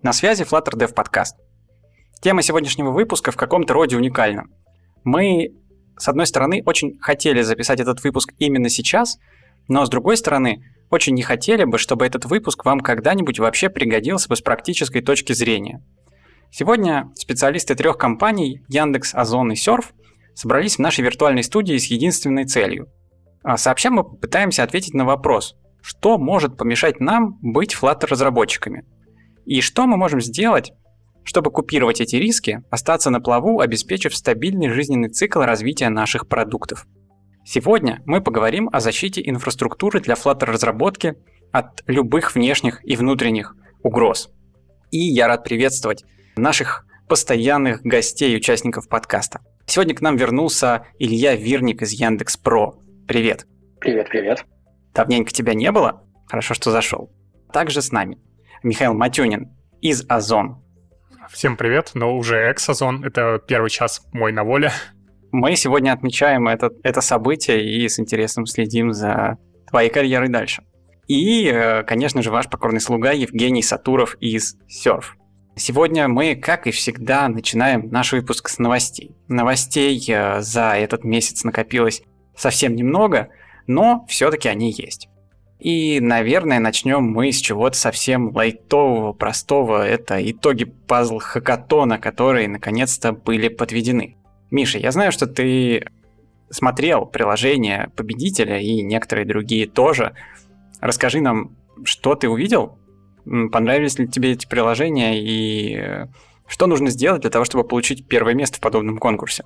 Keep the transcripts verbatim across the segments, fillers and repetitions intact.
На связи Flutter Dev Podcast. Тема сегодняшнего выпуска в каком-то роде уникальна. Мы, с одной стороны, очень хотели записать этот выпуск именно сейчас, но с другой стороны, очень не хотели бы, чтобы этот выпуск вам когда-нибудь вообще пригодился бы с практической точки зрения. Сегодня специалисты трех компаний Яндекс, Озон и Серф собрались в нашей виртуальной студии с единственной целью. Сообща мы попытаемся ответить на вопрос, что может помешать нам быть Flutter-разработчиками, и что мы можем сделать, чтобы купировать эти риски, остаться на плаву, обеспечив стабильный жизненный цикл развития наших продуктов. Сегодня мы поговорим о защите инфраструктуры для Flutter-разработки от любых внешних и внутренних угроз. И я рад приветствовать наших постоянных гостей, участников подкаста. Сегодня к нам вернулся Илья Вирник из Яндекс.Про. Привет. Привет, привет. Давненько тебя не было. Хорошо, что зашел. Также с нами Михаил Матюнин из Озон. Всем привет, но уже экс-Озон. Это первый час мой на воле. Мы сегодня отмечаем это, это событие и с интересом следим за твоей карьерой дальше. И, конечно же, ваш покорный слуга Евгений Сатуров из Серф. Сегодня мы, как и всегда, начинаем наш выпуск с новостей. Новостей за этот месяц накопилось совсем немного, но все-таки они есть. И, наверное, начнем мы с чего-то совсем лайтового, простого. Это итоги пазл-хакатона, которые наконец-то были подведены. Миша, я знаю, что ты смотрел приложение победителя и некоторые другие тоже. Расскажи нам, что ты увидел, понравились ли тебе эти приложения и что нужно сделать для того, чтобы получить первое место в подобном конкурсе?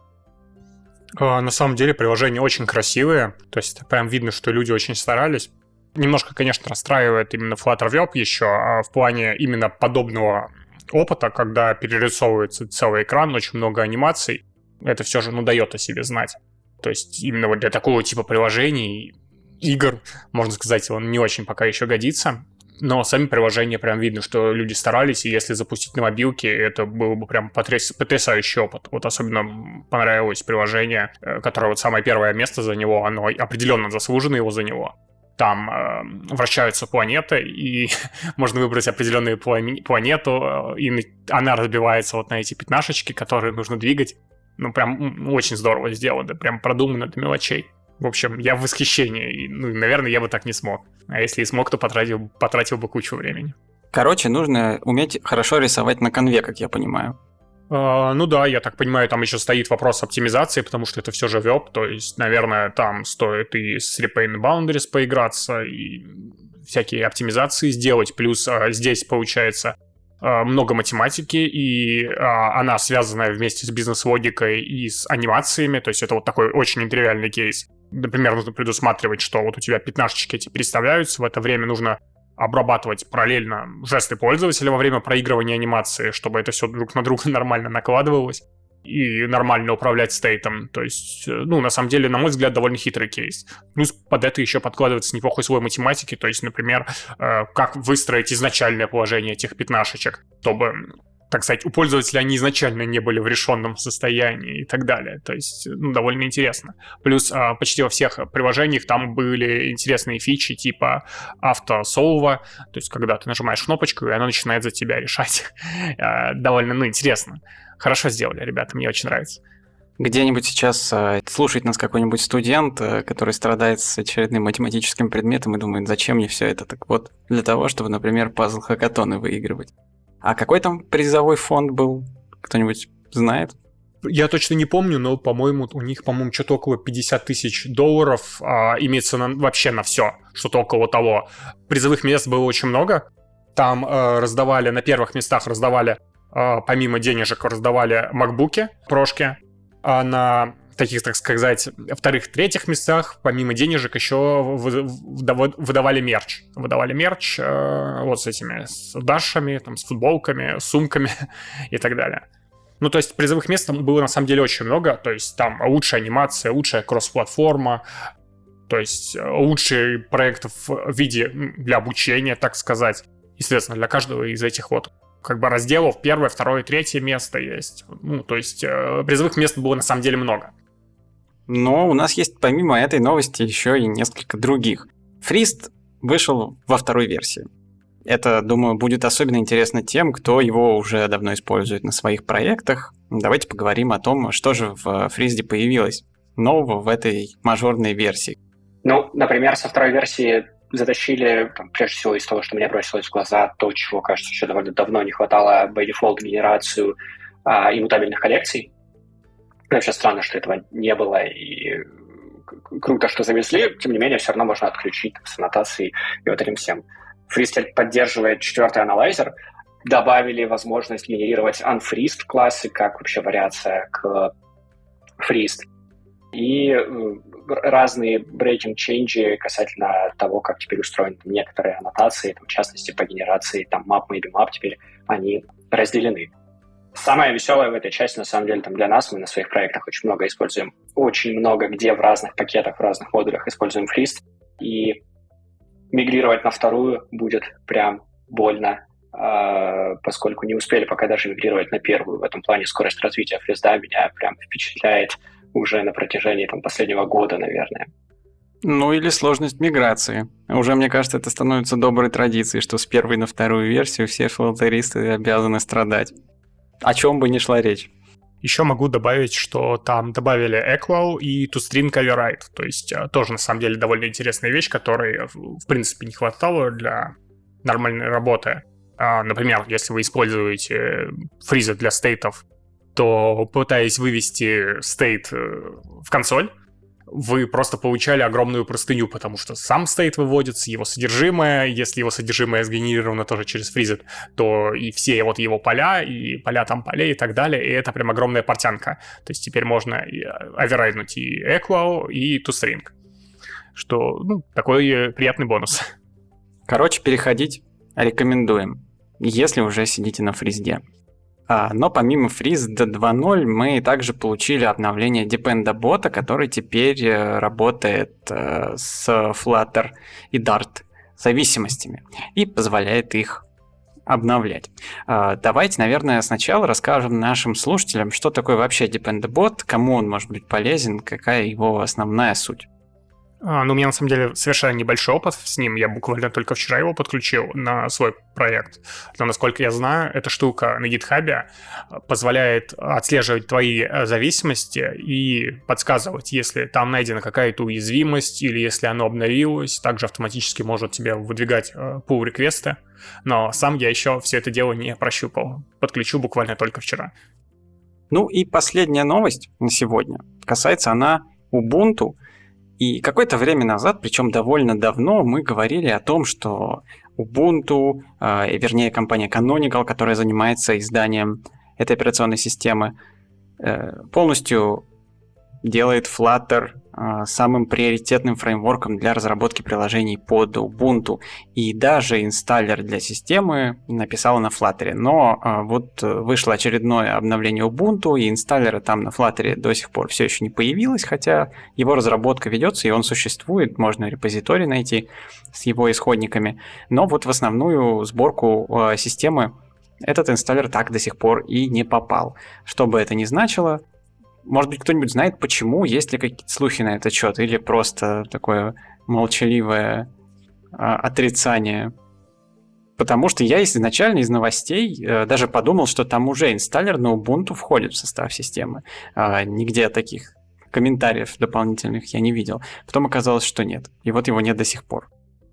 На самом деле приложения очень красивые, то есть прям видно, что люди очень старались. Немножко, конечно, расстраивает именно Flutter Web еще а в плане именно подобного опыта, когда перерисовывается целый экран, очень много анимаций. Это все же, ну, дает о себе знать. То есть именно вот для такого типа приложений, игр, можно сказать, он не очень пока еще годится. Но сами приложения прям видно, что люди старались, и если запустить на мобилке, это был бы прям потряс... потрясающий опыт. Вот особенно понравилось приложение, которое вот самое первое место за него, оно определенно заслужено его за него. Там э, вращаются планеты, и можно выбрать определенную планету, и она разбивается вот на эти пятнашечки, которые нужно двигать. Ну, прям очень здорово сделано, прям продумано до мелочей. В общем, я в восхищении, и, ну, наверное, я бы так не смог. А если и смог, то потратил, потратил бы кучу времени. Короче, нужно уметь хорошо рисовать на конве, как я понимаю. Uh, ну да, я так понимаю, там еще стоит вопрос оптимизации, потому что это все же веб, то есть, наверное, там стоит и с Repaint Boundaries поиграться, и всякие оптимизации сделать, плюс uh, здесь получается uh, много математики, и uh, она связана вместе с бизнес-логикой и с анимациями, то есть это вот такой очень нетривиальный кейс. Например, нужно предусматривать, что вот у тебя пятнашечки эти переставляются, в это время нужно обрабатывать параллельно жесты пользователя во время проигрывания анимации, чтобы это все друг на друга нормально накладывалось и нормально управлять стейтом. То есть, ну, на самом деле, на мой взгляд, довольно хитрый кейс. Плюс под это еще подкладывается неплохой слой математики, то есть, например, э, как выстроить изначальное положение этих пятнашечек, чтобы, так сказать, у пользователя они изначально не были в решенном состоянии и так далее. То есть, ну, довольно интересно. Плюс а, почти во всех приложениях там были интересные фичи типа автосолва, то есть, когда ты нажимаешь кнопочку, и она начинает за тебя решать. Довольно, ну, интересно. Хорошо сделали, ребята, мне очень нравится. Где-нибудь сейчас э, слушает нас какой-нибудь студент, э, который страдает с очередным математическим предметом и думает, зачем мне все это? Так вот, для того, чтобы, например, пазл-хакатоны выигрывать. А какой там призовой фонд был? Кто-нибудь знает? Я точно не помню, но, по-моему, у них, по-моему, что-то около пятьдесят тысяч долларов а, имеется на, вообще на все, что-то около того. Призовых мест было очень много. Там а, раздавали, на первых местах раздавали, а, помимо денежек, раздавали макбуки, прошки, а на таких, так сказать, вторых, третьих местах, помимо денежек, еще выдавали мерч. Выдавали мерч э, вот с этими, с дашами, там, с футболками, сумками и так далее. Ну, то есть призовых мест там было на самом деле очень много. То есть там лучшая анимация, лучшая кросс-платформа, то есть лучший проект в виде для обучения, так сказать. Естественно, для каждого из этих вот как бы разделов первое, второе, третье место есть. Ну, то есть э, призовых мест было на самом деле много. Но у нас есть помимо этой новости еще и несколько других. Фрист вышел во второй версии. Это, думаю, будет особенно интересно тем, кто его уже давно использует на своих проектах. Давайте поговорим о том, что же в Freezed появилось нового в этой мажорной версии. Ну, например, со второй версии затащили, там, прежде всего, из того, что мне бросилось в глаза, то, чего, кажется, еще довольно давно не хватало, by default генерацию а, иммутабельных коллекций. Вообще странно, что этого не было, и круто, что завезли. Тем не менее, все равно можно отключить с аннотацией и вот этим всем. Freezed поддерживает четвертый аналайзер. Добавили возможность генерировать unfreezed классы, как вообще вариация к freezed. И разные breaking change касательно того, как теперь устроены некоторые аннотации, там, в частности, по генерации там, map, maybe map, теперь они разделены. Самое веселое в этой части, на самом деле, там, для нас, мы на своих проектах очень много используем, очень много где в разных пакетах, в разных модулях используем freezed, и мигрировать на вторую будет прям больно, поскольку не успели пока даже мигрировать на первую. В этом плане скорость развития фризда меня прям впечатляет уже на протяжении там, последнего года, наверное. Ну или сложность миграции. Уже, мне кажется, это становится доброй традицией, что с первой на вторую версию все флотеристы обязаны страдать. О чем бы ни шла речь. Еще могу добавить, что там добавили equal и toString override. То есть тоже, на самом деле, довольно интересная вещь, которой, в принципе, не хватало для нормальной работы. Например, если вы используете фризы для стейтов, то, пытаясь вывести стейт в консоль, вы просто получали огромную простыню, потому что сам стейт выводится, его содержимое, если его содержимое сгенерировано тоже через фризет, то и все вот его поля, и поля там полей и так далее, и это прям огромная портянка. То есть теперь можно оверрайднуть и equal, и toString, что, ну, такой приятный бонус. Короче, переходить рекомендуем, если уже сидите на фризде. А, но помимо Freezed два ноль мы также получили обновление Dependabot, который теперь работает э, с Flutter и Dart зависимостями и позволяет их обновлять. А, давайте, наверное, сначала расскажем нашим слушателям, что такое вообще Dependabot, кому он может быть полезен, какая его основная суть. А, ну, у меня, на самом деле, совершенно небольшой опыт с ним. Я буквально только вчера его подключил на свой проект. Но, насколько я знаю, эта штука на GitHub позволяет отслеживать твои зависимости и подсказывать, если там найдена какая-то уязвимость или если оно обновилось. Также автоматически может тебе выдвигать pull-реквесты. Но сам я еще все это дело не прощупал. Подключу буквально только вчера. Ну и последняя новость на сегодня. Касается она Ubuntu. И какое-то время назад, причем довольно давно, мы говорили о том, что Ubuntu, э, вернее компания Canonical, которая занимается изданием этой операционной системы, э, полностью делает Flutter э, самым приоритетным фреймворком для разработки приложений под Ubuntu. И даже инсталлер для системы написала на Flutter. Но э, вот вышло очередное обновление Ubuntu, и инсталлера там на Flutter до сих пор все еще не появилось, хотя его разработка ведется, и он существует, можно репозиторий найти с его исходниками. Но вот в основную сборку э, системы этот инсталлер так до сих пор и не попал. Что бы это ни значило, может быть, кто-нибудь знает, почему, есть ли какие-то слухи на этот счет, или просто такое молчаливое а, отрицание. Потому что я изначально из новостей а, даже подумал, что там уже инсталлер на Ubuntu входит в состав системы. А, нигде таких комментариев дополнительных я не видел. Потом оказалось, что нет. И вот его нет до сих пор.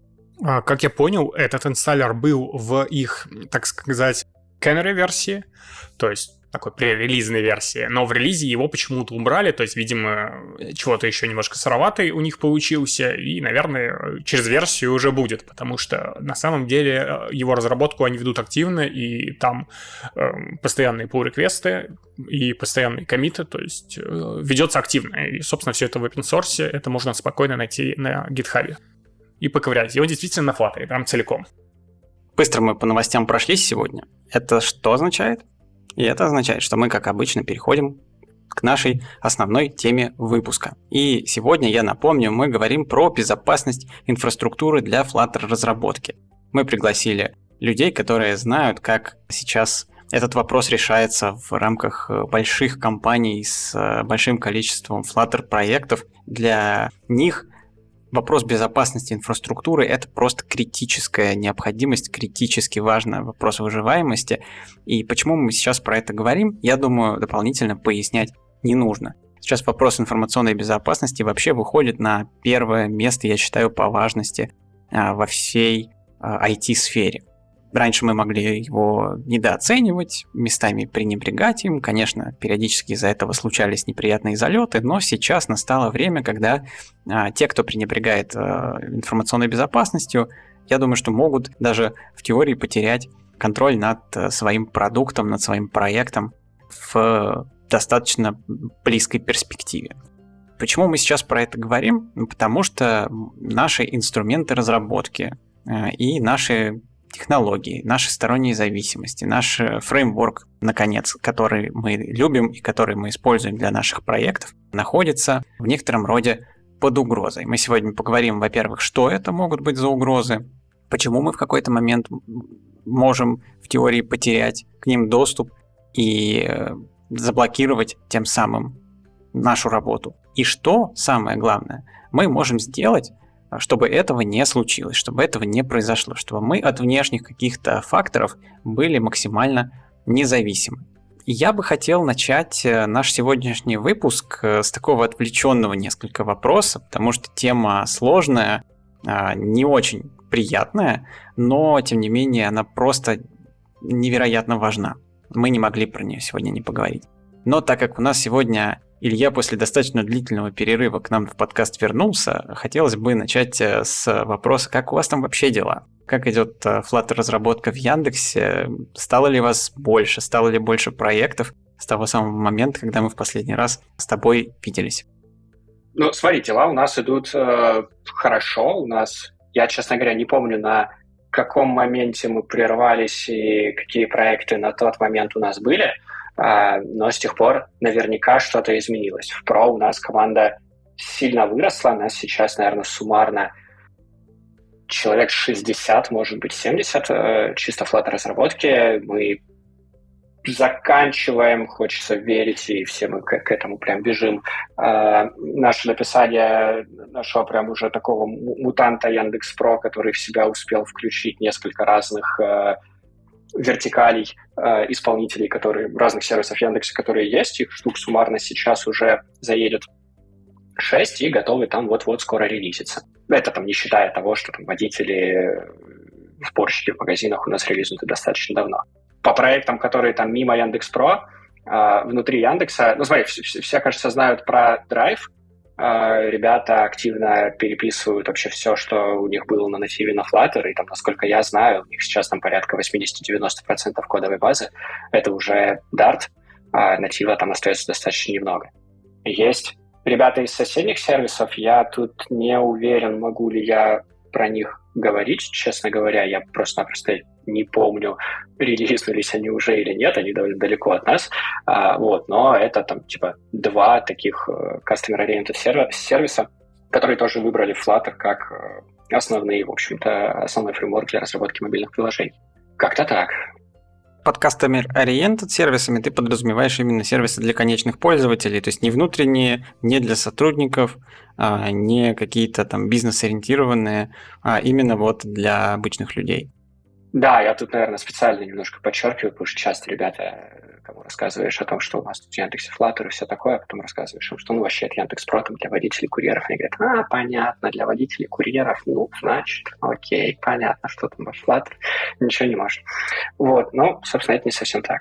А, как я понял, этот инсталлер был в их, так сказать, Canary-версии, то есть такой пререлизной версии, но в релизе его почему-то убрали, то есть, видимо, чего-то еще немножко сыроватый у них получился, и, наверное, через версию уже будет, потому что на самом деле его разработку они ведут активно, и там э, постоянные pull-реквесты и постоянные коммиты, то есть э, ведется активно, и, собственно, все это в open source, это можно спокойно найти на GitHub и поковырять. Его действительно на Flutter, прям целиком. Быстро мы по новостям прошлись сегодня. Это что означает? И это означает, что мы, как обычно, переходим к нашей основной теме выпуска. И сегодня, я напомню, мы говорим про безопасность инфраструктуры для Flutter разработки. Мы пригласили людей, которые знают, как сейчас этот вопрос решается в рамках больших компаний с большим количеством Flutter проектов. Для них вопрос безопасности инфраструктуры – это просто критическая необходимость, критически важный вопрос выживаемости. И почему мы сейчас про это говорим, я думаю, дополнительно пояснять не нужно. Сейчас вопрос информационной безопасности вообще выходит на первое место, я считаю, по важности во всей ай ти-сфере. Раньше мы могли его недооценивать, местами пренебрегать им. Конечно, периодически из-за этого случались неприятные залеты, но сейчас настало время, когда а, те, кто пренебрегает а, информационной безопасностью, я думаю, что могут даже в теории потерять контроль над а, своим продуктом, над своим проектом в а, достаточно близкой перспективе. Почему мы сейчас про это говорим? Потому что наши инструменты разработки а, и наши технологии, наши сторонние зависимости, наш фреймворк, наконец, который мы любим и который мы используем для наших проектов, находится в некотором роде под угрозой. Мы сегодня поговорим, во-первых, что это могут быть за угрозы, почему мы в какой-то момент можем в теории потерять к ним доступ и заблокировать тем самым нашу работу. И что самое главное, мы можем сделать, чтобы этого не случилось, чтобы этого не произошло, чтобы мы от внешних каких-то факторов были максимально независимы. И я бы хотел начать наш сегодняшний выпуск с такого отвлеченного несколько вопроса, потому что тема сложная, не очень приятная, но тем не менее она просто невероятно важна. Мы не могли про нее сегодня не поговорить. Но так как у нас сегодня Илья после достаточно длительного перерыва к нам в подкаст вернулся, хотелось бы начать с вопроса, как у вас там вообще дела? Как идет Flutter разработка в Яндексе? Стало ли вас больше? Стало ли больше проектов с того самого момента, когда мы в последний раз с тобой виделись? Ну, смотри, дела у нас идут э, хорошо. У нас, я, честно говоря, не помню, на каком моменте мы прервались и какие проекты на тот момент у нас были. Но с тех пор наверняка что-то изменилось. В Pro у нас команда сильно выросла. У нас сейчас, наверное, суммарно человек шестьдесят, может быть, семьдесят чисто Flutter-разработки. Мы заканчиваем, хочется верить, и все мы к, к этому прям бежим. Наше написание нашего прям уже такого мутанта Яндекс.Про, который в себя успел включить несколько разных вертикалей э, исполнителей, которые разных сервисов Яндекса, которые есть, их штук суммарно сейчас уже заедет шесть и готовы там вот-вот скоро релизиться. Это там не считая того, что там водители, сборщики в магазинах у нас релизнуты достаточно давно. По проектам, которые там мимо Яндекс.Про, э, внутри Яндекса, ну смотри, все, все, кажется, знают про Drive. Ребята активно переписывают вообще все, что у них было на нативе на Flutter, и там, насколько я знаю, у них сейчас там порядка восемьдесят-девяносто процентов кодовой базы. Это уже Dart, а натива там остается достаточно немного. Есть ребята из соседних сервисов, я тут не уверен, могу ли я про них говорить, честно говоря, я просто-напросто не помню, релизнулись они уже или нет, они довольно далеко от нас, а, вот, но это там типа два таких uh, customer-oriented сервис, сервиса, которые тоже выбрали Flutter как uh, основные, в общем-то, основной фреймворк для разработки мобильных приложений. Как-то так. Под customer-oriented сервисами ты подразумеваешь именно сервисы для конечных пользователей, то есть не внутренние, не для сотрудников, а не какие-то там бизнес-ориентированные, а именно вот для обычных людей. Да, я тут, наверное, специально немножко подчеркиваю, потому что часто ребята, кому рассказываешь о том, что у нас тут в Яндексе Flutter и все такое, а потом рассказываешь им, что ну вообще это Яндекс.Про для водителей курьеров. Они говорят, а, понятно, для водителей курьеров, ну, значит, окей, понятно, что там ваш Flutter, ничего не может. Вот, ну, собственно, это не совсем так.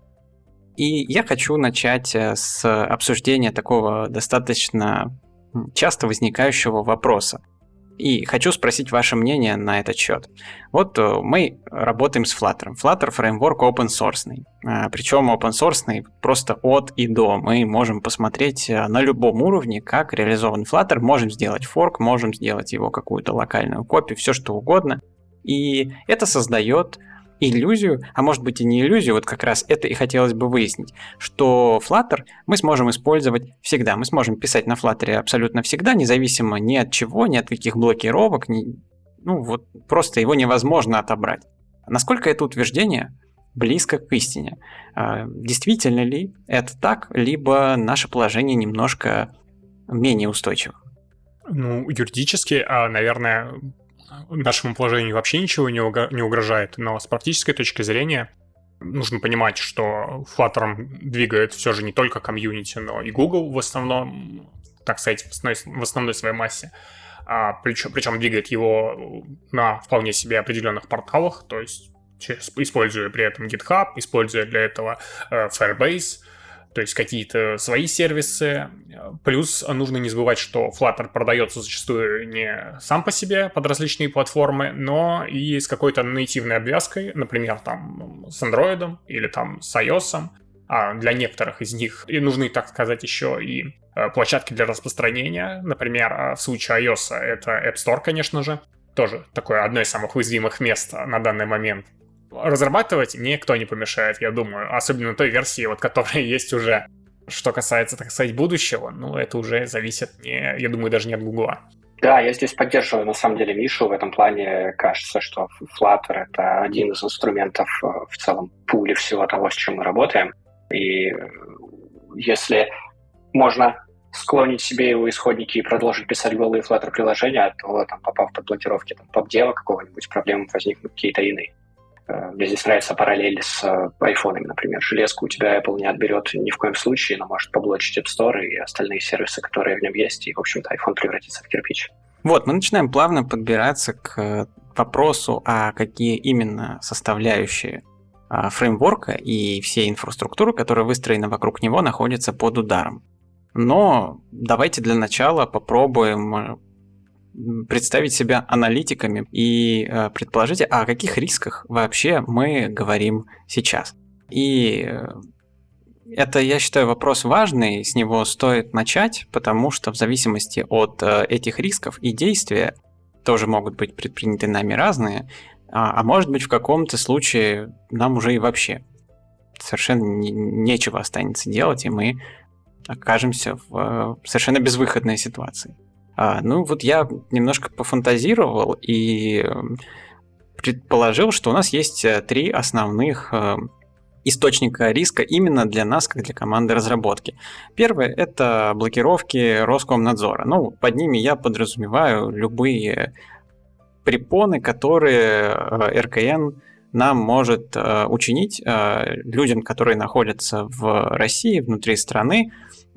И я хочу начать с обсуждения такого достаточно часто возникающего вопроса. И хочу спросить ваше мнение на этот счет. Вот мы работаем с Flutter. Flutter фреймворк open source. Причем open source просто от и до. Мы можем посмотреть на любом уровне, как реализован Flutter. Можем сделать форк, можем сделать его какую-то локальную копию, все что угодно. И это создает иллюзию, а может быть и не иллюзию, вот как раз это и хотелось бы выяснить, что Flutter мы сможем использовать всегда. Мы сможем писать на Flutter абсолютно всегда, независимо ни от чего, ни от каких блокировок, ни... ну вот просто его невозможно отобрать. Насколько это утверждение близко к истине? Действительно ли это так, либо наше положение немножко менее устойчиво? Ну, юридически, а, наверное, нашему положению вообще ничего не угрожает, но с практической точки зрения нужно понимать, что Flutter двигает все же не только комьюнити, но и Google в основном, так сказать, в основной, в основной своей массе. А, причем, причем двигает его на вполне себе определенных порталах, то есть используя при этом GitHub, используя для этого э, Firebase, то есть какие-то свои сервисы. Плюс нужно не забывать, что Flutter продается зачастую не сам по себе под различные платформы, но и с какой-то нативной обвязкой, например, там с Android или там с iOS. А для некоторых из них и нужны, так сказать, еще и площадки для распространения. Например, в случае iOS это App Store, конечно же, тоже такое одно из самых уязвимых мест на данный момент. Разрабатывать никто не помешает, я думаю, особенно той версии, вот, которая есть уже. Что касается, так сказать, будущего, ну, это уже зависит, не, я думаю, даже не от Гугла. Да, я здесь поддерживаю, на самом деле, Мишу. В этом плане кажется, что Flutter — это один из инструментов в целом пули всего того, с чем мы работаем. И если можно склонить себе его исходники и продолжить писать голые Flutter-приложения, то, там, попав под блокировки там, PubDev какого-нибудь, проблемы возникнут какие-то иные. Мне здесь нравится параллель с айфонами, например. Железку у тебя Apple не отберет ни в коем случае, но может поблочить App Store и остальные сервисы, которые в нем есть, и, в общем-то, iPhone превратится в кирпич. Вот, мы начинаем плавно подбираться к вопросу, а какие именно составляющие фреймворка и всей инфраструктуры, которая выстроена вокруг него, находятся под ударом. Но давайте для начала попробуем представить себя аналитиками и э, предположить, о каких рисках вообще мы говорим сейчас. И э, это, я считаю, вопрос важный, с него стоит начать, потому что в зависимости от э, этих рисков и действия тоже могут быть предприняты нами разные, а, а может быть в каком-то случае нам уже и вообще совершенно не, нечего останется делать, и мы окажемся в э, совершенно безвыходной ситуации. А, ну вот я немножко пофантазировал и предположил, что у нас есть три основных э, источника риска именно для нас, как для команды разработки. Первое – это блокировки Роскомнадзора. Ну, под ними я подразумеваю любые препоны, которые э, эр ка эн нам может э, учинить э, людям, которые находятся в России, внутри страны,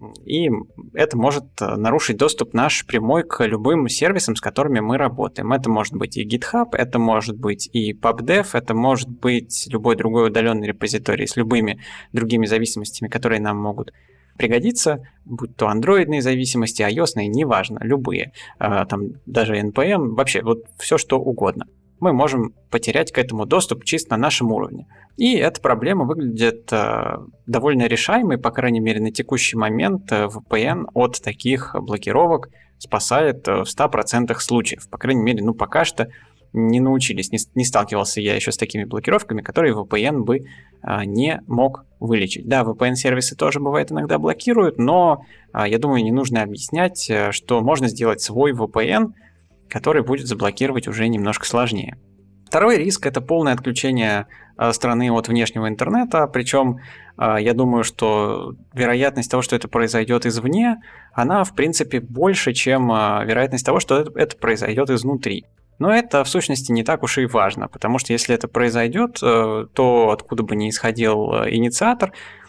и это может нарушить доступ наш прямой к любым сервисам, с которыми мы работаем. Это может быть и GitHub, это может быть и PubDev, это может быть любой другой удаленный репозиторий с любыми другими зависимостями, которые нам могут пригодиться, будь то андроидные зависимости, iOS-ные, неважно, любые, там даже эн пи эм, вообще вот все что угодно. Мы можем потерять к этому доступ чисто на нашем уровне. И эта проблема выглядит э, довольно решаемой, по крайней мере, на текущий момент э, ви пи эн от таких блокировок спасает э, в ста процентах случаев. По крайней мере, ну пока что не научились, не, не сталкивался я еще с такими блокировками, которые ви пи эн бы э, не мог вылечить. Да, ви пи эн-сервисы тоже бывает иногда блокируют, но э, я думаю, не нужно объяснять, э, что можно сделать свой ви пи эн, который будет заблокировать уже немножко сложнее. Второй риск – это полное отключение страны от внешнего интернета, причем я думаю, что вероятность того, что это произойдет извне, она в принципе больше, чем вероятность того, что это произойдет изнутри. Но это в сущности не так уж и важно, потому что если это произойдет, то откуда бы ни исходил инициатор,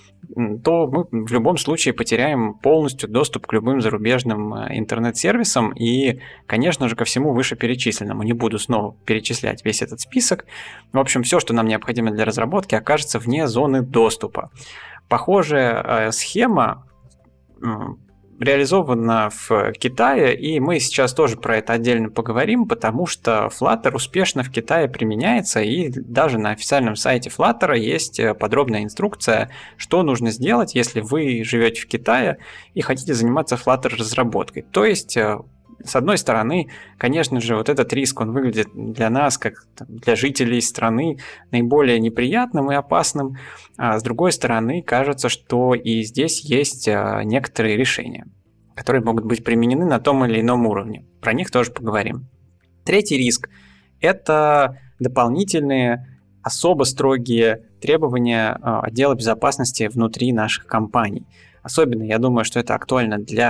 то мы в любом случае потеряем полностью доступ к любым зарубежным интернет-сервисам и, конечно же, ко всему вышеперечисленному. Не буду снова перечислять весь этот список. В общем, все, что нам необходимо для разработки, окажется вне зоны доступа. Похожая схема реализована в Китае, и мы сейчас тоже про это отдельно поговорим, потому что Flutter успешно в Китае применяется, и даже на официальном сайте Flutter есть подробная инструкция, что нужно сделать, если вы живете в Китае и хотите заниматься Flutter разработкой. То есть, с одной стороны, конечно же, вот этот риск, он выглядит для нас, как для жителей страны, наиболее неприятным и опасным, а с другой стороны, кажется, что и здесь есть некоторые решения, которые могут быть применены на том или ином уровне. Про них тоже поговорим. Третий риск – это дополнительные, особо строгие требования отдела безопасности внутри наших компаний. Особенно, я думаю, что это актуально для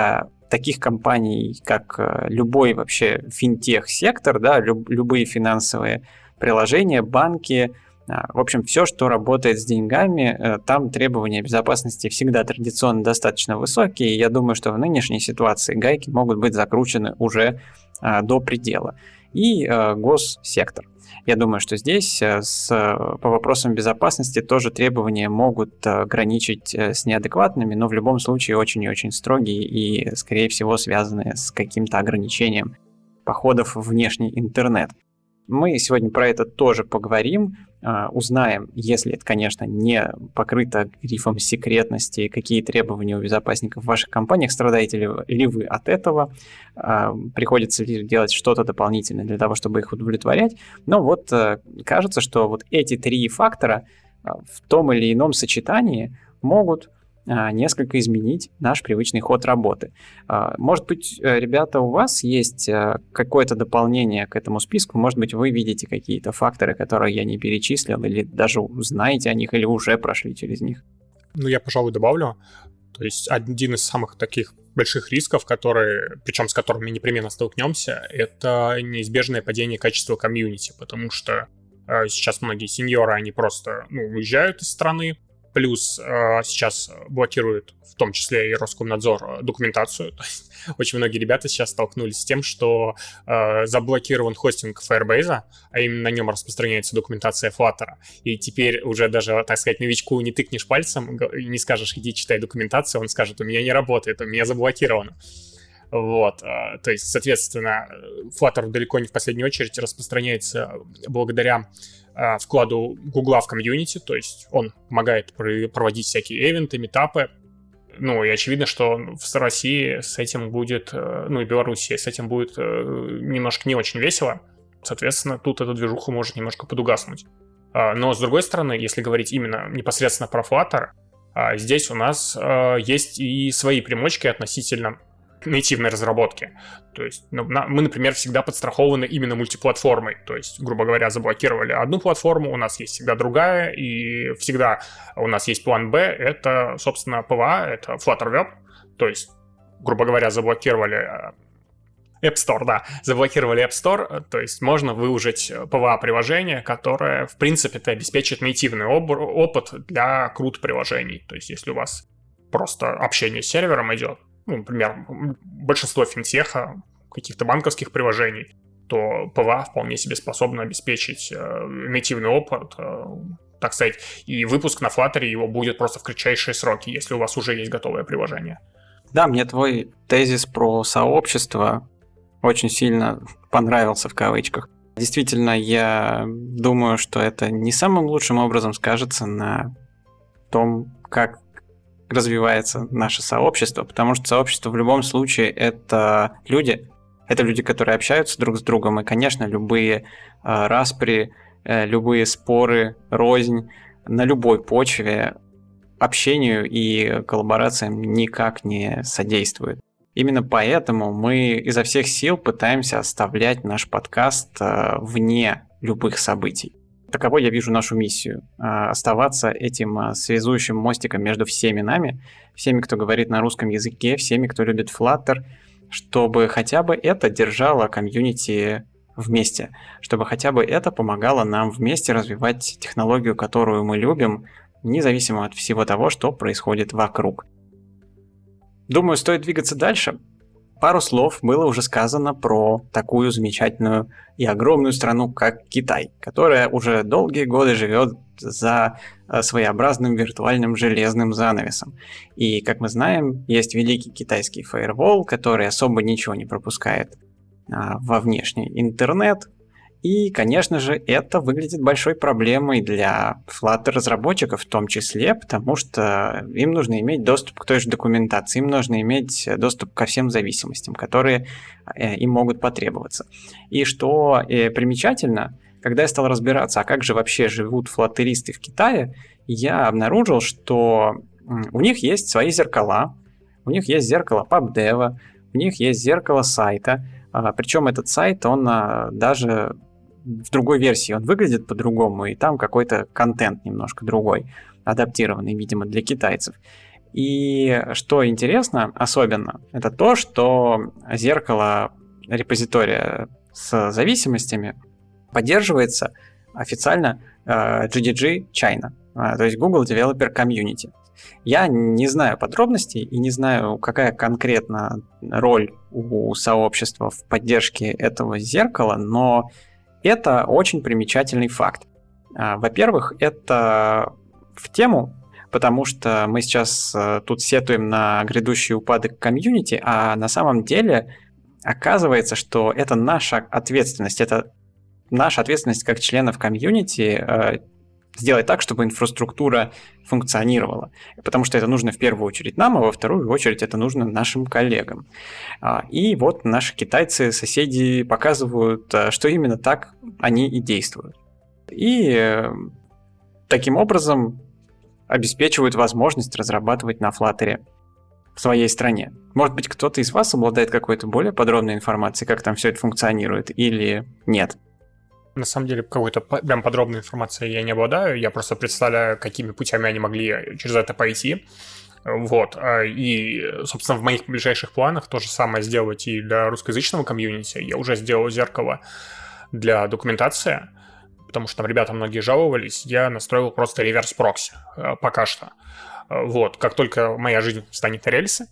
таких компаний, как любой вообще финтех-сектор, да, люб, любые финансовые приложения, банки, в общем, все, что работает с деньгами, там требования безопасности всегда традиционно достаточно высокие, и я думаю, что в нынешней ситуации гайки могут быть закручены уже до предела. И госсектор. Я думаю, что здесь с, по вопросам безопасности тоже требования могут граничить с неадекватными, но в любом случае очень и очень строгие и, скорее всего, связанные с каким-то ограничением походов в внешний интернет. Мы сегодня про это тоже поговорим, узнаем, если это, конечно, не покрыто грифом секретности, какие требования у безопасников в ваших компаниях, страдаете ли, ли вы от этого, приходится ли делать что-то дополнительное для того, чтобы их удовлетворять. Но вот кажется, что вот эти три фактора в том или ином сочетании могут несколько изменить наш привычный ход работы. Может быть, ребята, у вас есть какое-то дополнение к этому списку, может быть, вы видите какие-то факторы, которые я не перечислил, или даже знаете о них, или уже прошли через них. Ну, я, пожалуй, добавлю. То есть один из самых таких больших рисков, которые, причем с которыми непременно столкнемся, это неизбежное падение качества комьюнити, потому что э, сейчас многие сеньоры, они просто ну, уезжают из страны, плюс э, сейчас блокируют, в том числе и Роскомнадзор, документацию. То есть очень многие ребята сейчас столкнулись с тем, что э, заблокирован хостинг Firebase, а именно на нем распространяется документация Flutter. И теперь уже даже, так сказать, новичку не тыкнешь пальцем, не скажешь, иди читай документацию, он скажет, у меня не работает, у меня заблокировано. Вот, то есть, соответственно, Flutter далеко не в последнюю очередь распространяется благодаря вкладу Гугла в комьюнити, то есть он помогает проводить всякие ивенты, митапы. Ну, и очевидно, что в России с этим будет, ну и Белоруссии с этим будет немножко не очень весело. Соответственно, тут эта движуха может немножко подугаснуть. Но, с другой стороны, если говорить именно непосредственно про Flutter, здесь у нас есть и свои примочки относительно нативной разработки. То есть ну, на, мы, например, всегда подстрахованы именно мультиплатформой. То есть, грубо говоря, заблокировали одну платформу, у нас есть всегда другая, и всегда у нас есть план Б, это, собственно, пи ви эй, это Flutter Web. То есть, грубо говоря, заблокировали App Store, да, заблокировали App Store, то есть можно выложить пи ви эй-приложение, которое, в принципе, обеспечит нативный об- опыт для крут-приложений. То есть, если у вас просто общение с сервером идет, ну, например, большинство финтеха, каких-то банковских приложений, то пи ви эй вполне себе способна обеспечить э, нативный опыт, э, так сказать, и выпуск на Flutter его будет просто в кратчайшие сроки, если у вас уже есть готовое приложение. Да, мне твой тезис про сообщество очень сильно понравился в кавычках. Действительно, я думаю, что это не самым лучшим образом скажется на том, как развивается наше сообщество, потому что сообщество в любом случае это люди, это люди, которые общаются друг с другом, и, конечно, любые э, распри, э, любые споры, рознь на любой почве общению и коллаборациям никак не содействуют. Именно поэтому мы изо всех сил пытаемся оставлять наш подкаст э, вне любых событий. Таковой я вижу нашу миссию – оставаться этим связующим мостиком между всеми нами, всеми, кто говорит на русском языке, всеми, кто любит Flutter, чтобы хотя бы это держало комьюнити вместе, чтобы хотя бы это помогало нам вместе развивать технологию, которую мы любим, независимо от всего того, что происходит вокруг. Думаю, стоит двигаться дальше. Пару слов было уже сказано про такую замечательную и огромную страну, как Китай, которая уже долгие годы живет за своеобразным виртуальным железным занавесом. И, как мы знаем, есть великий китайский фаервол, который особо ничего не пропускает а, во внешний интернет. И, конечно же, это выглядит большой проблемой для Flutter-разработчиков в том числе, потому что им нужно иметь доступ к той же документации, им нужно иметь доступ ко всем зависимостям, которые э, им могут потребоваться. И что э, примечательно, когда я стал разбираться, а как же вообще живут флаттеристы в Китае, я обнаружил, что у них есть свои зеркала, у них есть зеркало PubDev, у них есть зеркало сайта, а, причем этот сайт, он а, даже в другой версии он выглядит по-другому, и там какой-то контент немножко другой, адаптированный, видимо, для китайцев. И что интересно особенно, это то, что зеркало репозитория с зависимостями поддерживается официально э, джи ди джи China, э, то есть Google Developer Community. Я не знаю подробностей и не знаю, какая конкретно роль у сообщества в поддержке этого зеркала, но это очень примечательный факт. Э, во-первых, это в тему, потому что мы сейчас э, тут сетуем на грядущий упадок комьюнити, а на самом деле оказывается, что это наша ответственность, это наша ответственность как членов комьюнити э, сделать так, чтобы инфраструктура функционировала. Потому что это нужно в первую очередь нам, а во вторую очередь это нужно нашим коллегам. А, и вот наши китайцы, соседи показывают, что именно так они и действуют. И э, таким образом обеспечивают возможность разрабатывать на Flutter в своей стране. Может быть, кто-то из вас обладает какой-то более подробной информацией, как там все это функционирует, или нет? На самом деле, какой-то прям подробной информации я не обладаю, я просто представляю, какими путями они могли через это пойти. Вот. И, собственно, в моих ближайших планах то же самое сделать и для русскоязычного комьюнити. Я уже сделал зеркало для документации, потому что там ребята многие жаловались. Я настроил просто реверс-прокси пока что. Вот. Как только моя жизнь станет на рельсы,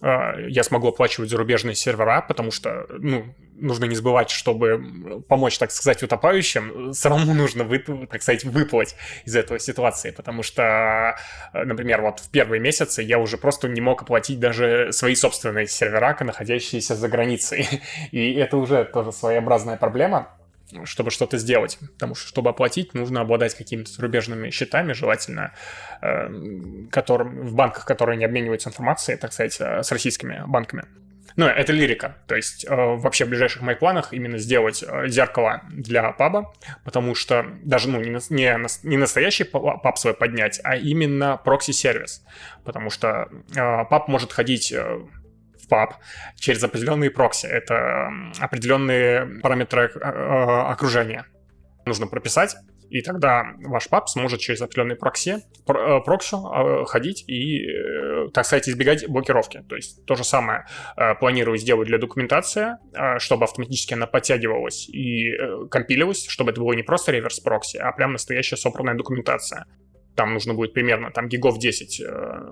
я смогу оплачивать зарубежные сервера, потому что, ну, нужно не забывать, чтобы помочь, так сказать, утопающим, самому нужно, вы, так сказать, выплыть из этой ситуации, потому что, например, вот в первые месяцы я уже просто не мог оплатить даже свои собственные сервера, находящиеся за границей, и это уже тоже своеобразная проблема, чтобы что-то сделать, потому что, чтобы оплатить, нужно обладать какими-то зарубежными счетами, желательно, э, которым, в банках, которые не обмениваются информацией, так сказать, э, с российскими банками. Ну, это лирика, то есть э, вообще в ближайших моих планах именно сделать э, зеркало для паба, потому что даже, ну, не, не, не настоящий паб свой поднять, а именно прокси-сервис, потому что э, паб может ходить... Э, паб через определенные прокси. Это определенные параметры окружения. Нужно прописать, и тогда ваш паб сможет через определенные прокси, прокси ходить и, так сказать, избегать блокировки. То есть то же самое планирую сделать для документации, чтобы автоматически она подтягивалась и компилилась, чтобы это было не просто реверс-прокси, а прям настоящая собранная документация. Там нужно будет примерно там гигов десять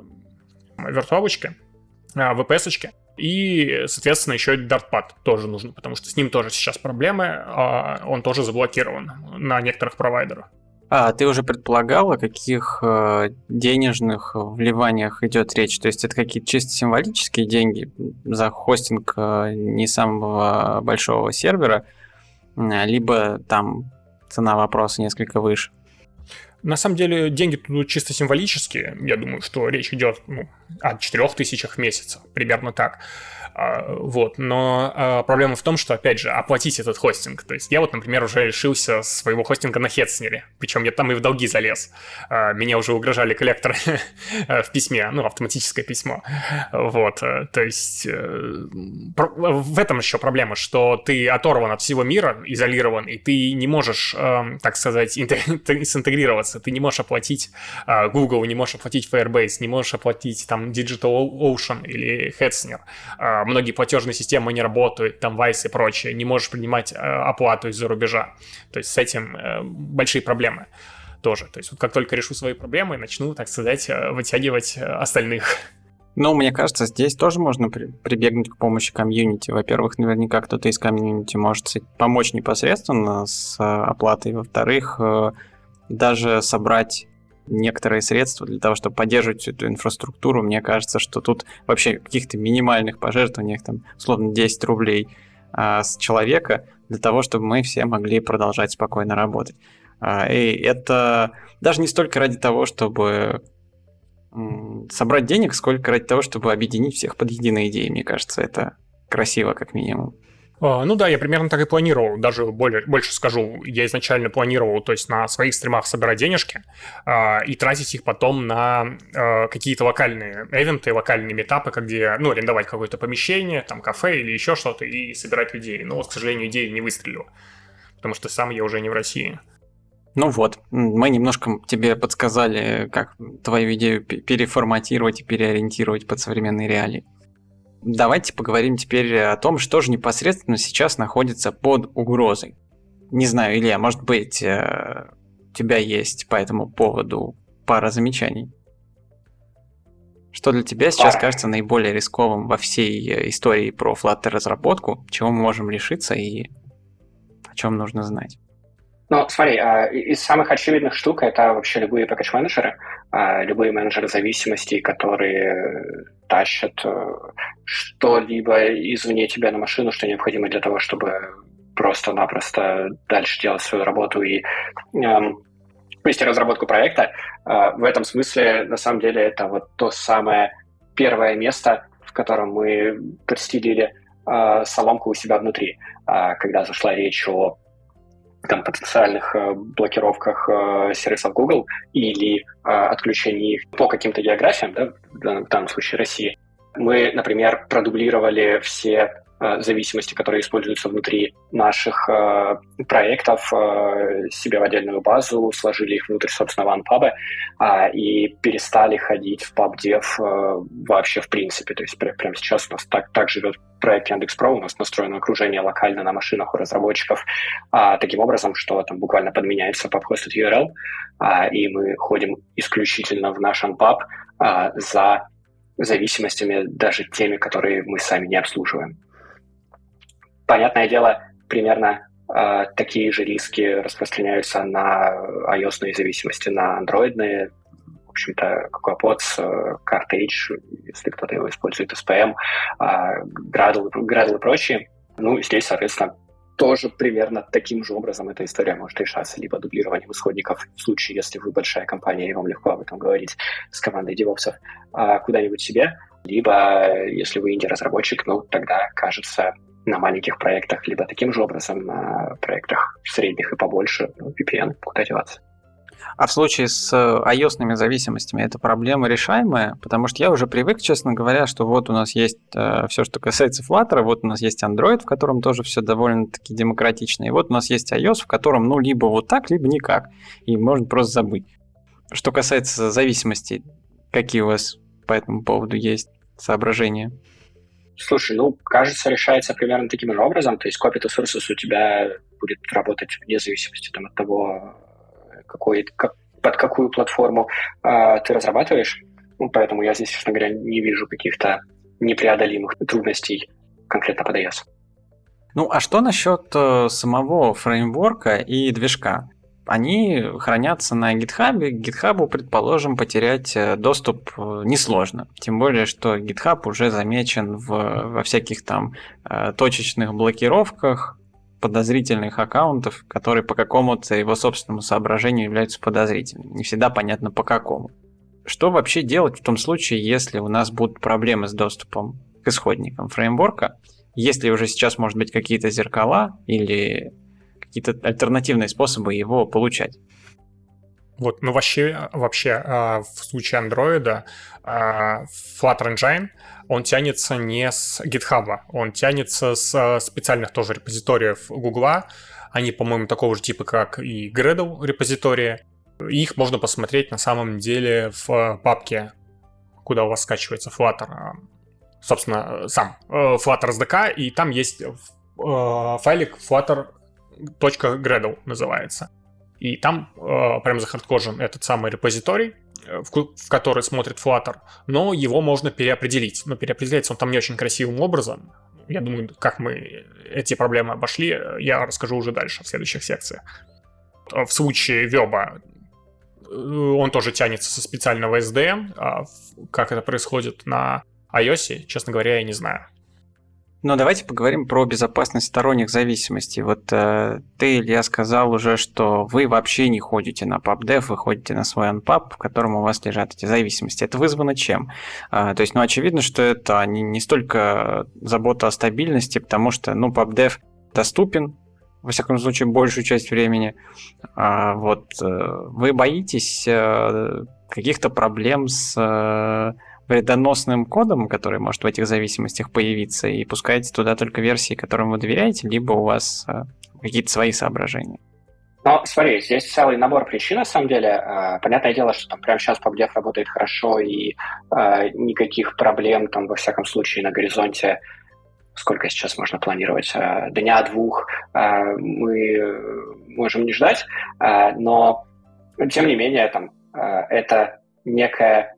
виртуалочки, ви пи эс-очки. И, соответственно, еще и Dartpad тоже нужно, потому что с ним тоже сейчас проблемы, а он тоже заблокирован на некоторых провайдерах. А ты уже предполагал, о каких э, денежных вливаниях идет речь? То есть это какие-то чисто символические деньги за хостинг э, не самого большого сервера, э, либо там цена вопроса несколько выше? На самом деле деньги тут чисто символические. Я думаю, что речь идет, ну, о четырех тысячах в месяц, примерно так. А, вот. Но а, проблема в том, что, опять же, оплатить этот хостинг. То есть я вот, например, уже решился с своего хостинга на Хедснере. Причем я там и в долги залез. А, меня уже угрожали коллекторы в письме, ну, автоматическое письмо. Вот. То есть в этом еще проблема, что ты оторван от всего мира, изолирован, и ты не можешь, так сказать, синтегрироваться. Ты не можешь оплатить Google, не можешь оплатить Firebase, не можешь оплатить там DigitalOcean или Hetzner. Многие платежные системы не работают, там Wise и прочее. Не можешь принимать оплату из-за рубежа. То есть с этим большие проблемы тоже. То есть вот как только решу свои проблемы, начну, так сказать, вытягивать остальных. Ну, мне кажется, здесь тоже можно при- прибегнуть к помощи комьюнити. Во-первых, наверняка кто-то из комьюнити может помочь непосредственно с оплатой. Во-вторых, даже собрать некоторые средства для того, чтобы поддерживать всю эту инфраструктуру. Мне кажется, что тут вообще каких-то минимальных пожертвованиях, там, условно, десять рублей а, с человека, для того, чтобы мы все могли продолжать спокойно работать. А, и это даже не столько ради того, чтобы м, собрать денег, сколько ради того, чтобы объединить всех под единой идеей. Мне кажется, это красиво, как минимум. Ну да, я примерно так и планировал, даже более, больше скажу, я изначально планировал, то есть на своих стримах собирать денежки э, и тратить их потом на э, какие-то локальные эвенты, локальные метапы, где, ну, арендовать какое-то помещение, там, кафе или еще что-то и собирать людей. Но вот, к сожалению, идея не выстрелила, потому что сам я уже не в России. Ну вот, мы немножко тебе подсказали, как твою идею переформатировать и переориентировать под современные реалии. Давайте поговорим теперь о том, что же непосредственно сейчас находится под угрозой. Не знаю, Илья, может быть, у тебя есть по этому поводу пара замечаний? Что для тебя сейчас Пара. кажется наиболее рисковым во всей истории про Flutter-разработку, чего мы можем лишиться и о чем нужно знать? Ну, смотри, из самых очевидных штук это вообще любые пакет-менеджеры, любые менеджеры зависимостей, которые тащат что-либо извне тебя на машину, что необходимо для того, чтобы просто-напросто дальше делать свою работу и эм, вести разработку проекта. В этом смысле, на самом деле, это вот то самое первое место, в котором мы подстелили э, соломку у себя внутри, э, когда зашла речь о там, потенциальных э, блокировках э, сервисов Google или э, отключении их по каким-то географиям, да, в данном случае России. Мы, например, продублировали все э, зависимости, которые используются внутри наших э, проектов, э, себе в отдельную базу, сложили их внутрь, собственно, OnePub э, и перестали ходить в PubDev э, вообще в принципе. То есть прямо прям сейчас у нас так, так живет проект Яндекс.Про, у нас настроено окружение локально на машинах у разработчиков а, таким образом, что там буквально подменяется pub-hosted ю ар эл, а, и мы ходим исключительно в наш OnPub а, за зависимостями, даже теми, которые мы сами не обслуживаем. Понятное дело, примерно а, такие же риски распространяются на iOS-ные зависимости, на андроидные. В общем-то, CocoaPods, Cartage, если кто-то его использует, эс пи эм, Gradle, Gradle и прочие. Ну, здесь, соответственно, тоже примерно таким же образом эта история может решаться. Либо дублированием исходников, в случае, если вы большая компания, и вам легко об этом говорить с командой девопсов, куда-нибудь себе. Либо, если вы инди-разработчик, ну, тогда, кажется, на маленьких проектах, либо таким же образом на проектах средних и побольше, ну, ви пи эн, куда деваться. А в случае с iOS-ными зависимостями эта проблема решаемая? Потому что я уже привык, честно говоря, что вот у нас есть э, все, что касается Flutter, вот у нас есть Android, в котором тоже все довольно-таки демократично, и вот у нас есть iOS, в котором ну либо вот так, либо никак, и можно просто забыть. Что касается зависимостей, какие у вас по этому поводу есть соображения? Слушай, ну, кажется, решается примерно таким же образом, то есть copy to sources у тебя будет работать вне зависимости там, от того, какой, как, под какую платформу э, ты разрабатываешь. Ну, поэтому я здесь, честно говоря, не вижу каких-то непреодолимых трудностей конкретно под iOS. Ну, а что насчет э, самого фреймворка и движка? Они хранятся на GitHub. К GitHub, предположим, потерять доступ несложно. Тем более, что GitHub уже замечен в, во всяких там э, точечных блокировках подозрительных аккаунтов, которые по какому-то его собственному соображению являются подозрительными. Не всегда понятно по какому. Что вообще делать в том случае, если у нас будут проблемы с доступом к исходникам фреймворка? Есть ли уже сейчас, может быть, какие-то зеркала или какие-то альтернативные способы его получать? Вот, ну вообще, вообще в случае Android Flutter Engine, он тянется не с GitHub, он тянется с специальных тоже репозиториев Google. Они, по-моему, такого же типа, как и Gradle репозитории. Их можно посмотреть на самом деле в папке, куда у вас скачивается Flutter. Собственно, сам Flutter эс ди кей, и там есть файлик flutter.gradle называется. И там э, прям захардкожен этот самый репозиторий, в, в который смотрит Flutter, но его можно переопределить. Но переопределяется он там не очень красивым образом. Я думаю, как мы эти проблемы обошли, я расскажу уже дальше, в следующих секциях. В случае Веба он тоже тянется со специального эс ди эм. А как это происходит на iOS, честно говоря, я не знаю. Но давайте поговорим про безопасность сторонних зависимостей. Вот э, ты, Илья, сказал уже, что вы вообще не ходите на PubDev, вы ходите на свой OnPub, в котором у вас лежат эти зависимости. Это вызвано чем? Э, то есть, ну, очевидно, что это не, не столько забота о стабильности, потому что, ну, PubDev доступен, во всяком случае, большую часть времени. А вот э, вы боитесь э, каких-то проблем с... Э, вредоносным кодом, который может в этих зависимостях появиться, и пускаете туда только версии, которым вы доверяете, либо у вас э, какие-то свои соображения? Но смотри, здесь целый набор причин, на самом деле. Э, Понятное дело, что там прямо сейчас PubDev работает хорошо, и э, никаких проблем там, во всяком случае, на горизонте, сколько сейчас можно планировать, э, дня-двух э, мы можем не ждать. Э, Но, тем не менее, там, э, это некая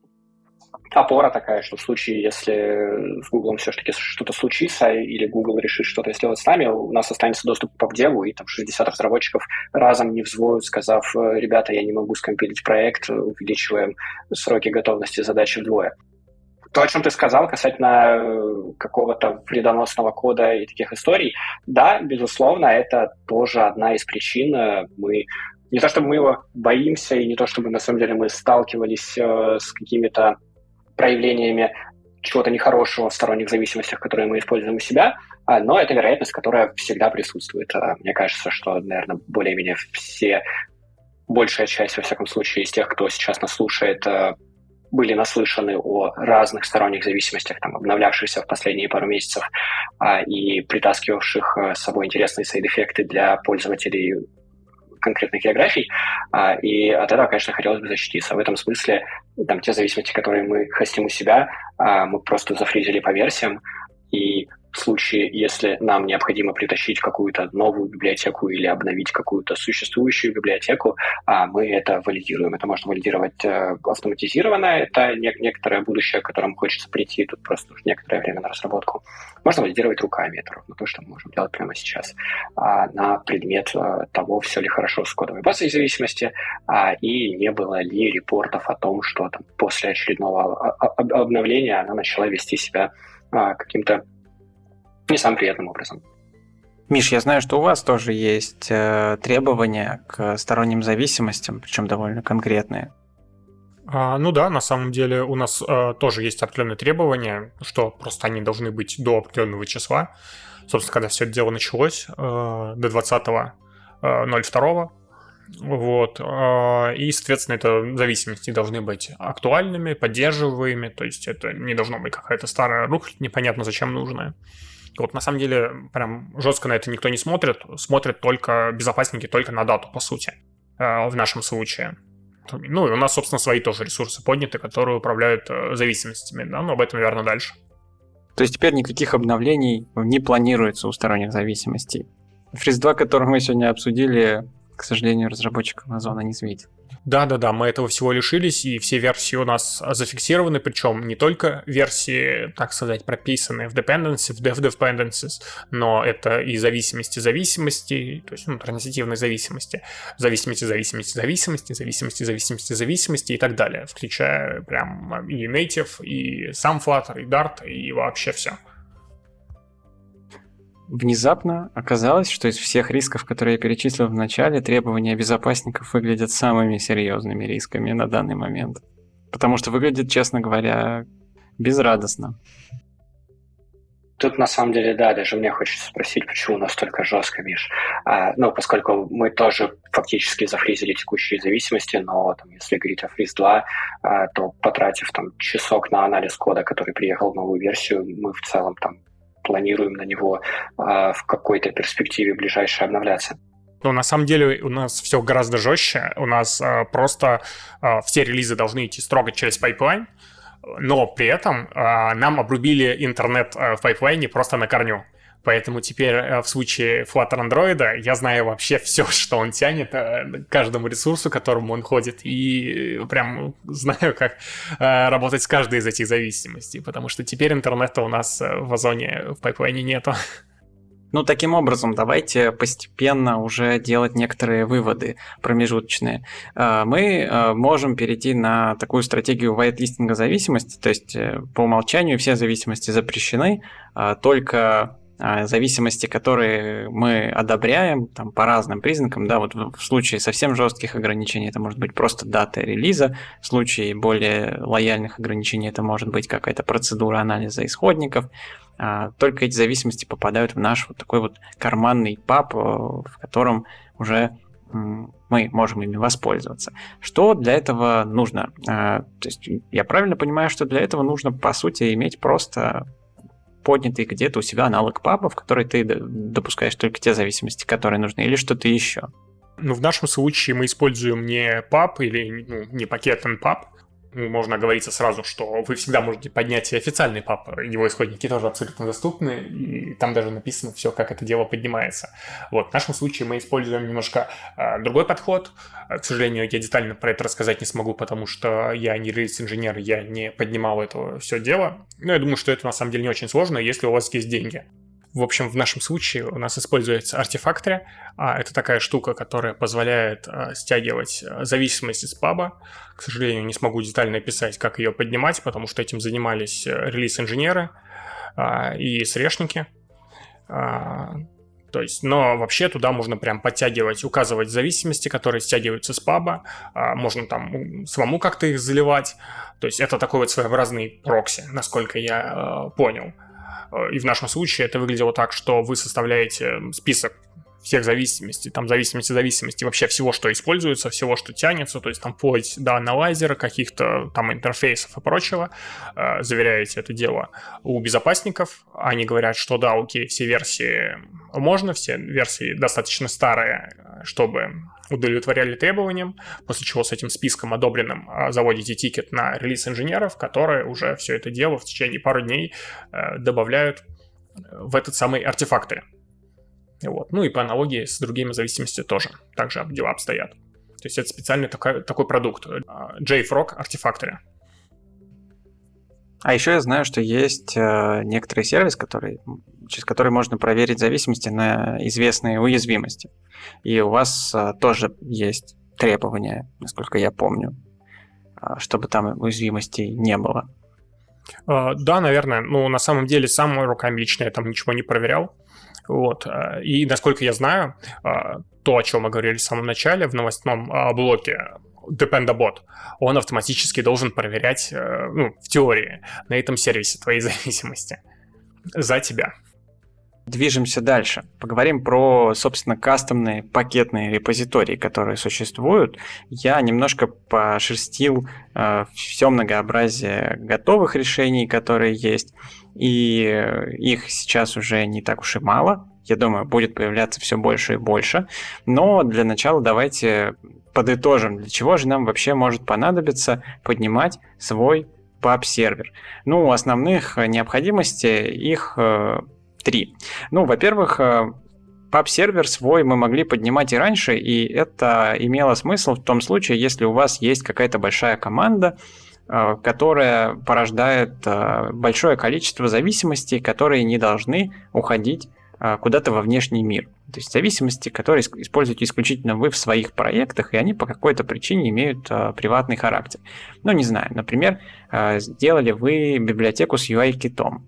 опора такая, что в случае, если с Google все-таки что-то случится, или Google решит что-то сделать с нами, у нас останется доступ к PubDev, и там шестьдесят разработчиков разом не взвоют, сказав: ребята, я не могу скомпилить проект, увеличиваем сроки готовности задачи вдвое. То, о чем ты сказал касательно какого-то вредоносного кода и таких историй, да, безусловно, это тоже одна из причин. Мы не то чтобы мы его боимся, и не то чтобы на самом деле мы сталкивались э, с какими-то проявлениями чего-то нехорошего в сторонних зависимостях, которые мы используем у себя, но это вероятность, которая всегда присутствует. Мне кажется, что, наверное, более-менее все, большая часть, во всяком случае, из тех, кто сейчас нас слушает, были наслышаны о разных сторонних зависимостях, там, обновлявшихся в последние пару месяцев и притаскивавших с собой интересные сайд-эффекты для пользователей конкретных географий, и от этого, конечно, хотелось бы защититься. В этом смысле там, те зависимости, которые мы хостим у себя, мы просто зафризили по версиям, и в случае, если нам необходимо притащить какую-то новую библиотеку или обновить какую-то существующую библиотеку, мы это валидируем. Это можно валидировать автоматизированно, это некоторое будущее, к которому хочется прийти, тут просто нужно некоторое время на разработку. Можно валидировать руками, это ровно то, что мы можем делать прямо сейчас, на предмет того, все ли хорошо с кодовой базой зависимости, и не было ли репортов о том, что там, после очередного обновления она начала вести себя каким-то не самым приятным образом. Миш, я знаю, что у вас тоже есть э, требования к сторонним зависимостям, причем довольно конкретные. А, ну да, на самом деле у нас а, тоже есть определенные требования, что просто они должны быть до определенного числа. Собственно, когда все это дело началось, а, до двадцатого ноль второго. Вот. И, соответственно, это зависимости должны быть актуальными, поддерживаемыми, то есть это не должно быть какая-то старая рухлядь, непонятно зачем нужная. Вот на самом деле прям жестко на это никто не смотрит, смотрят только безопасники только на дату, по сути, в нашем случае. Ну и у нас, собственно, свои тоже ресурсы подняты, которые управляют зависимостями, да, но об этом, наверное, дальше. То есть теперь никаких обновлений не планируется у сторонних зависимостей. фриз два, который мы сегодня обсудили, к сожалению, разработчиков Озона не светит. Да-да-да, мы этого всего лишились, и все версии у нас зафиксированы, причем не только версии, так сказать, прописанные в dependency, в dev dependencies, но это и зависимости зависимости, то есть ну, транзитивной зависимости, зависимости зависимости зависимости, зависимости зависимости зависимости и так далее, включая прям и native, и сам Flutter, и Dart, и вообще все. Внезапно оказалось, что из всех рисков, которые я перечислил в начале, требования безопасников выглядят самыми серьезными рисками на данный момент. Потому что выглядит, честно говоря, безрадостно. Тут, на самом деле, да, даже мне хочется спросить, почему настолько жестко, Миш. А, ну, поскольку мы тоже фактически зафризили текущие зависимости, но там, если говорить о фриз два, а, то потратив там часок на анализ кода, который приехал в новую версию, мы в целом там планируем на него э, в какой-то перспективе ближайшей обновляться. Ну, на самом деле у нас все гораздо жестче. У нас э, просто э, все релизы должны идти строго через пайплайн, но при этом э, нам обрубили интернет э, в пайплайне просто на корню. Поэтому теперь э, в случае Flutter Android я знаю вообще все, что он тянет э, каждому ресурсу, к которому он ходит, и прям знаю, как э, работать с каждой из этих зависимостей, потому что теперь интернета у нас в Озоне в пайплайне нету. Ну, таким образом, давайте постепенно уже делать некоторые выводы промежуточные. Мы можем перейти на такую стратегию white-листинга зависимости, то есть по умолчанию все зависимости запрещены, только зависимости, которые мы одобряем там, по разным признакам, да, вот в случае совсем жестких ограничений это может быть просто дата релиза, в случае более лояльных ограничений это может быть какая-то процедура анализа исходников. Только эти зависимости попадают в наш вот такой вот карманный паб, в котором уже мы можем ими воспользоваться. Что для этого нужно? То есть я правильно понимаю, что для этого нужно, по сути, иметь просто поднятый где-то у себя аналог паба, в который ты допускаешь только те зависимости, которые нужны, или что-то еще? Ну, в нашем случае мы используем не паб или ну, не пакет npub. Можно говориться сразу, что вы всегда можете поднять и официальный паб. Его исходники тоже абсолютно доступны, и там даже написано все, как это дело поднимается. Вот, в нашем случае мы используем немножко э, другой подход. К сожалению, я детально про это рассказать не смогу, потому что я не релиз-инженер, я не поднимал это все дело. Но я думаю, что это на самом деле не очень сложно, если у вас есть деньги. В общем, в нашем случае у нас используется Artifactory. А это такая штука, которая позволяет а, стягивать а, зависимость из паба. К сожалению, не смогу детально описать, как ее поднимать, потому что этим занимались а, релиз-инженеры а, и срешники. А, то есть, но вообще туда можно прям подтягивать, указывать зависимости, которые стягиваются с паба. А, можно там самому как-то их заливать. То есть это такой вот своеобразный прокси, насколько я а, понял. И в нашем случае это выглядело так, что вы составляете список всех зависимостей, там зависимости, зависимости, вообще всего, что используется, всего, что тянется, то есть там вплоть до аналайзера, каких-то там интерфейсов и прочего, э, заверяете это дело у безопасников, они говорят, что да, окей, все версии можно, все версии достаточно старые, чтобы удовлетворяли требованиям, после чего с этим списком одобренным э, заводите тикет на релиз инженеров, которые уже все это дело в течение пары дней э, добавляют в этот самый Artifactory. Вот. Ну и по аналогии с другими зависимостями тоже так же дела обстоят. То есть это специальный такой, такой продукт. JFrog Artifactory. А еще я знаю, что есть э, некоторый сервис, который, через который можно проверить зависимости на известные уязвимости. И у вас э, тоже есть требования, насколько я помню, э, чтобы там уязвимостей не было. Uh, да, наверное. Ну, на самом деле, сам руками лично я там ничего не проверял. Вот. И, насколько я знаю, то, о чем мы говорили в самом начале, в новостном блоке Dependabot, он автоматически должен проверять, ну, в теории, на этом сервисе твои зависимости за тебя. Движемся дальше. Поговорим про, собственно, кастомные пакетные репозитории, которые существуют. Я немножко пошерстил э, все многообразие готовых решений, которые есть, и их сейчас уже не так уж и мало. Я думаю, будет появляться все больше и больше. Но для начала давайте подытожим, для чего же нам вообще может понадобиться поднимать свой паб-сервер. Ну, основных необходимостей их э, три. Ну, во-первых, паб-сервер свой мы могли поднимать и раньше, и это имело смысл в том случае, если у вас есть какая-то большая команда, которая порождает большое количество зависимостей, которые не должны уходить куда-то во внешний мир. То есть зависимости, которые используете исключительно вы в своих проектах, и они по какой-то причине имеют приватный характер. Ну, не знаю, например, сделали вы библиотеку с ю ай-китом,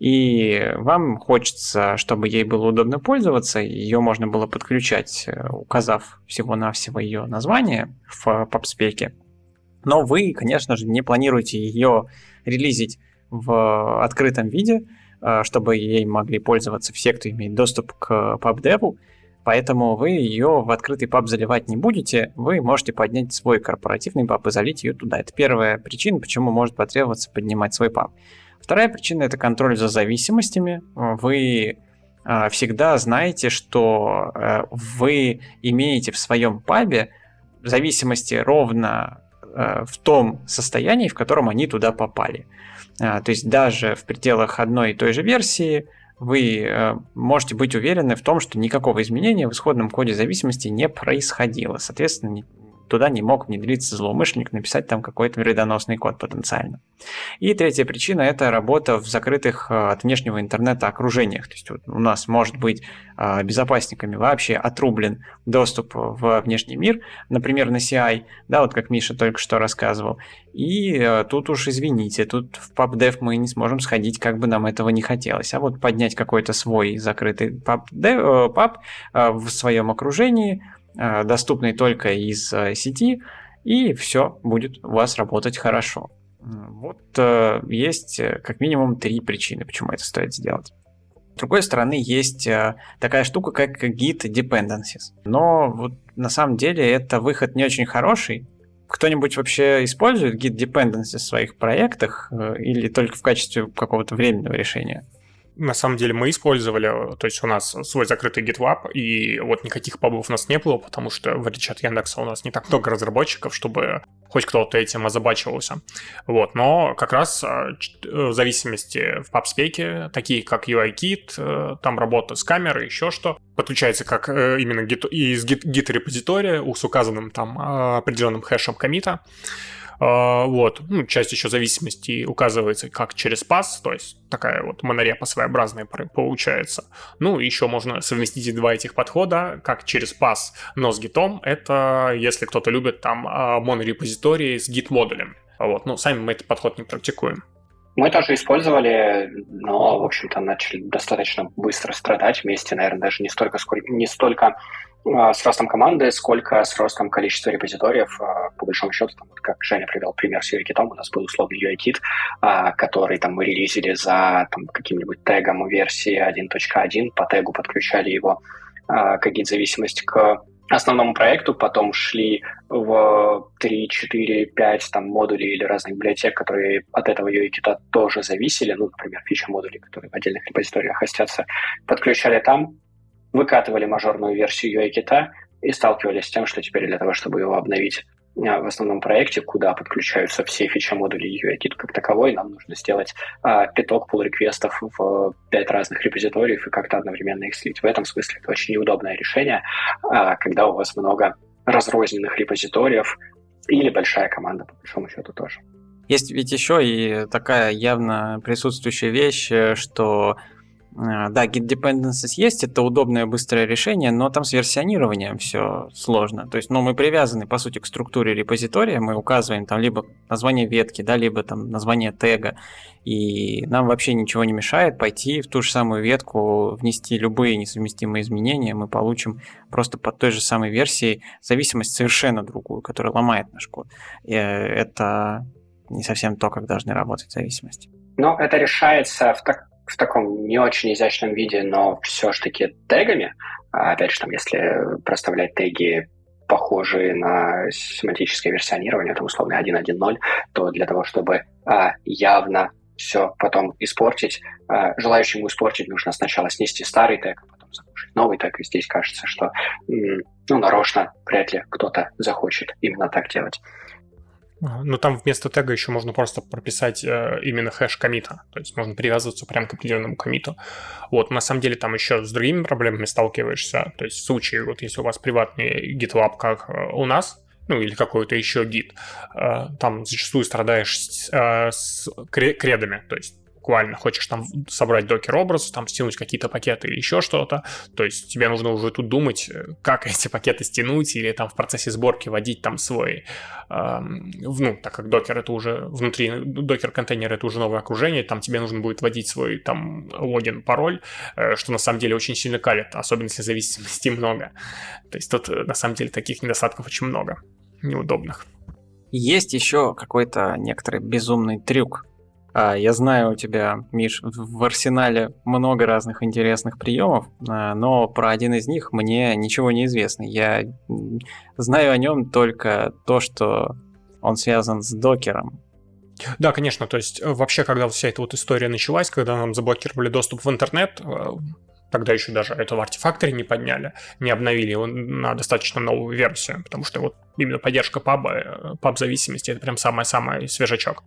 и вам хочется, чтобы ей было удобно пользоваться, ее можно было подключать, указав всего-навсего ее название в пабспеке. Но вы, конечно же, не планируете ее релизить в открытом виде, чтобы ей могли пользоваться все, кто имеет доступ к паб-деву, поэтому вы ее в открытый паб заливать не будете, вы можете поднять свой корпоративный паб и залить ее туда. Это первая причина, почему может потребоваться поднимать свой паб. Вторая причина – это контроль за зависимостями. Вы э, всегда знаете, что э, вы имеете в своем пабе зависимости ровно э, в том состоянии, в котором они туда попали. Э, то есть даже в пределах одной и той же версии вы э, можете быть уверены в том, что никакого изменения в исходном коде зависимости не происходило. Соответственно, не, туда не мог внедриться злоумышленник, написать там какой-то вредоносный код потенциально. И третья причина – это работа в закрытых от внешнего интернета окружениях. То есть вот у нас может быть безопасниками вообще отрублен доступ в внешний мир, например, на си ай, да, вот как Миша только что рассказывал. И тут уж извините, тут в паб-дев мы не сможем сходить, как бы нам этого не хотелось. А вот поднять какой-то свой закрытый паб-дев, паб в своем окружении, доступный только из сети, и все будет у вас работать хорошо. Вот э, есть как минимум три причины, почему это стоит сделать. С другой стороны, есть э, такая штука, как Git Dependencies. Но вот на самом деле это выход не очень хороший. Кто-нибудь вообще использует Git Dependencies в своих проектах э, или только в качестве какого-то временного решения? на самом деле мы использовали, то есть у нас свой закрытый GitLab, и вот никаких пабов у нас не было, потому что, в отличие от Яндекса, у нас не так много разработчиков, чтобы хоть кто-то этим озабачивался. Вот, но как раз в зависимости в PubSpec, такие как ю ай Kit, там работа с камерой, еще что, подключается как именно git, из Git-репозитория с указанным там определенным хэшем коммита. Uh, вот, ну, часть еще зависимости указывается как через пас, то есть такая вот монорепа своеобразная получается. Ну, еще можно совместить два этих подхода, как через пас, но с гитом. Это если кто-то любит там монорепозитории с гит-модулем. Вот, ну, сами мы этот подход не практикуем. Мы тоже использовали, но, в общем-то, начали достаточно быстро страдать вместе, наверное, даже не столько, сколько, не столько а, с ростом команды, сколько с ростом количества репозиториев. А, по большому счету, там, как Женя привел пример с ю ай Kit, у нас был условный ю ай Kit, а, который там, мы релизили за там, каким-нибудь тегом версии один точка один, по тегу подключали его а, как гид-зависимость к основному проекту, потом шли в три, четыре, пять там, модулей или разных библиотек, которые от этого ю ай Kit тоже зависели, ну, например, фича-модули, которые в отдельных репозиториях хостятся, подключали там, выкатывали мажорную версию ю ай Kit и сталкивались с тем, что теперь для того, чтобы его обновить в основном проекте, куда подключаются все фича-модули ю ай Kit как таковой, нам нужно сделать а, пяток pull-реквестов в пять разных репозиториев и как-то одновременно их слить. В этом смысле это очень неудобное решение, а, когда у вас много разрозненных репозиториев или большая команда, по большому счету, тоже. Есть ведь еще и такая явно присутствующая вещь, что да, Git Dependencies есть, это удобное быстрое решение, но там с версионированием все сложно. То есть, ну, мы привязаны, по сути, к структуре репозитория, мы указываем там либо название ветки, да, либо там название тега, и нам вообще ничего не мешает пойти в ту же самую ветку, внести любые несовместимые изменения, мы получим просто под той же самой версией зависимость совершенно другую, которая ломает наш код. И это не совсем то, как должны работать зависимости. Но это решается в так в таком не очень изящном виде, но все-таки тегами. Опять же, там, если проставлять теги, похожие на семантическое версионирование, там, условно, один точка один точка ноль, то для того, чтобы а, явно все потом испортить, а, желающему испортить нужно сначала снести старый тег, а потом запушить новый тег. И здесь кажется, что м- ну, нарочно вряд ли кто-то захочет именно так делать. Но там вместо тега еще можно просто прописать э, именно хэш коммита. То есть можно привязываться прямо к определенному коммиту. Вот, на самом деле там еще с другими проблемами сталкиваешься. То есть в случае, вот если у вас приватный GitLab, как э, у нас, ну или какой-то еще гид, э, там зачастую страдаешь с, э, с кредами. То есть буквально хочешь там собрать докер-образ, там стянуть какие-то пакеты или еще что-то, то есть тебе нужно уже тут думать, как эти пакеты стянуть или там в процессе сборки вводить там свой, э, ну, так как докер это уже внутри, докер-контейнер это уже новое окружение, там тебе нужно будет вводить свой там логин, пароль, э, что на самом деле очень сильно калит, особенно если зависимостей много. То есть тут на самом деле таких недостатков очень много, неудобных. Есть еще какой-то некоторый безумный трюк. Я знаю, у тебя, Миш, в арсенале много разных интересных приемов, но про один из них мне ничего не известно. Я знаю о нем только то, что он связан с докером. Да, конечно, то есть вообще, когда вся эта вот история началась, когда нам заблокировали доступ в интернет, тогда еще даже это в Artifactory не подняли, не обновили его на достаточно новую версию, потому что вот именно поддержка паба, паб-зависимости, это прям самый-самый свежачок.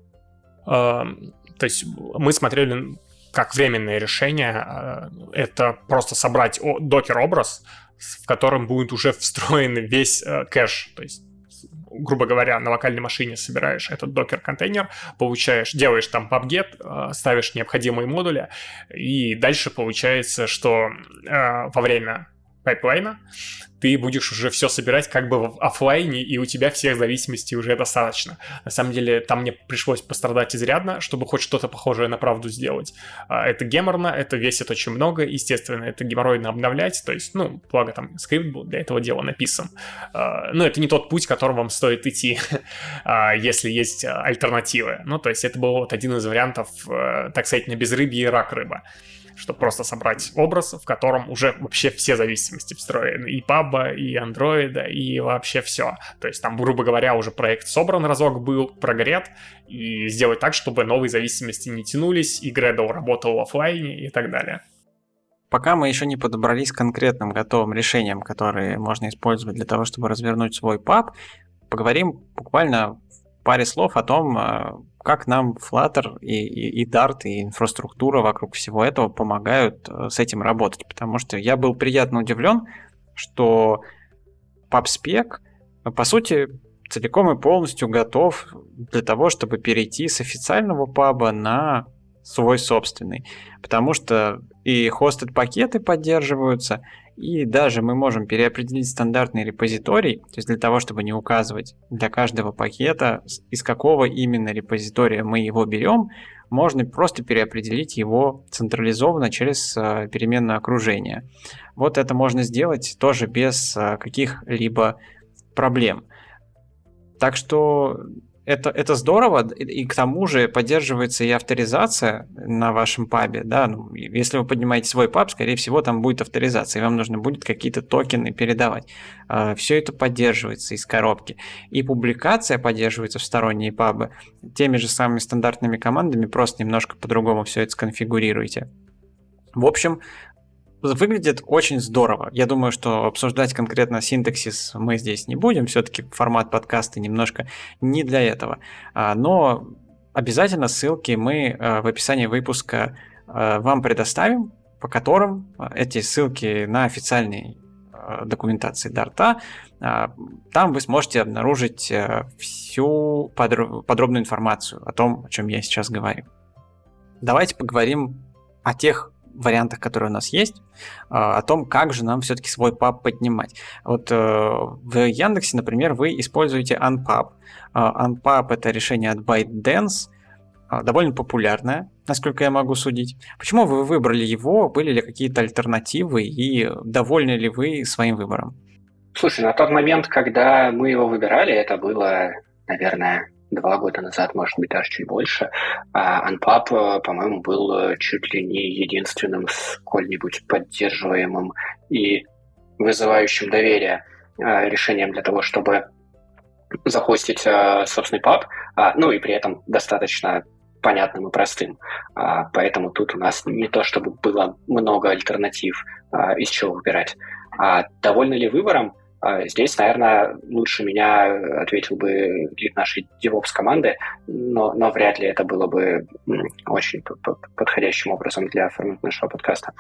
То есть мы смотрели как временное решение, это просто собрать докер-образ, в котором будет уже встроен весь кэш, то есть грубо говоря, на локальной машине собираешь этот докер-контейнер, получаешь, делаешь там pubget, ставишь необходимые модули, и дальше получается, что во время пайплайна ты будешь уже все собирать как бы в офлайне, и у тебя всех зависимостей уже достаточно. На самом деле, там мне пришлось пострадать изрядно, чтобы хоть что-то похожее на правду сделать. Это геморно, это весит очень много, естественно, это геморройно обновлять, то есть, ну, благо там скрипт был для этого дела написан. Но это не тот путь, которым вам стоит идти, если есть альтернативы. Ну, то есть, это был вот один из вариантов, так сказать, на безрыбье и рак рыба. чтобы просто собрать образ, в котором уже вообще все зависимости встроены. И паба, и андроида, и вообще все. То есть там, грубо говоря, уже проект собран разок был, прогрет, и сделать так, чтобы новые зависимости не тянулись, и Gradle работал в офлайне и так далее. Пока мы еще не подобрались к конкретным готовым решениям, которые можно использовать для того, чтобы развернуть свой паб, поговорим буквально в паре слов о том, как нам Flutter и, и, и Dart, и инфраструктура вокруг всего этого помогают с этим работать. Потому что я был приятно удивлен, что PubSpec, по сути, целиком и полностью готов для того, чтобы перейти с официального паба на свой собственный. Потому что и хостед пакеты поддерживаются, и даже мы можем переопределить стандартный репозиторий, то есть для того, чтобы не указывать для каждого пакета, из какого именно репозитория мы его берем, можно просто переопределить его централизованно через э, переменное окружение. Вот это можно сделать тоже без э, каких-либо проблем. Так что Это, это здорово, и, и к тому же поддерживается и авторизация на вашем пабе. Да? Ну, если вы поднимаете свой паб, скорее всего, там будет авторизация, и вам нужно будет какие-то токены передавать. А, все это поддерживается из коробки. И публикация поддерживается в сторонние пабы теми же самыми стандартными командами, просто немножко по-другому все это сконфигурируете. В общем, выглядит очень здорово. Я думаю, что обсуждать конкретно синтаксис мы здесь не будем. Все-таки формат подкаста немножко не для этого. Но обязательно ссылки мы в описании выпуска вам предоставим, по которым эти ссылки на официальные документации Дарта, там вы сможете обнаружить всю подробную информацию о том, о чем я сейчас говорю. Давайте поговорим о тех вариантах, которые у нас есть, о том, как же нам все-таки свой паб поднимать. Вот в Яндексе, например, вы используете Unpub. Unpub — это решение от ByteDance, довольно популярное, насколько я могу судить. Почему вы выбрали его? Были ли какие-то альтернативы? И довольны ли вы своим выбором? Слушай, на тот момент, когда мы его выбирали, это было, наверное, два года назад, может быть, даже чуть больше, Unpub, по-моему, был чуть ли не единственным сколь-нибудь поддерживаемым и вызывающим доверие решением для того, чтобы захостить собственный паб, ну и при этом достаточно понятным и простым. Поэтому тут у нас не то чтобы было много альтернатив, из чего выбирать. Довольны ли выбором? Здесь, наверное, лучше меня ответил бы лид нашей DevOps-команды, но, но вряд ли это было бы очень подходящим образом для формата нашего подкаста.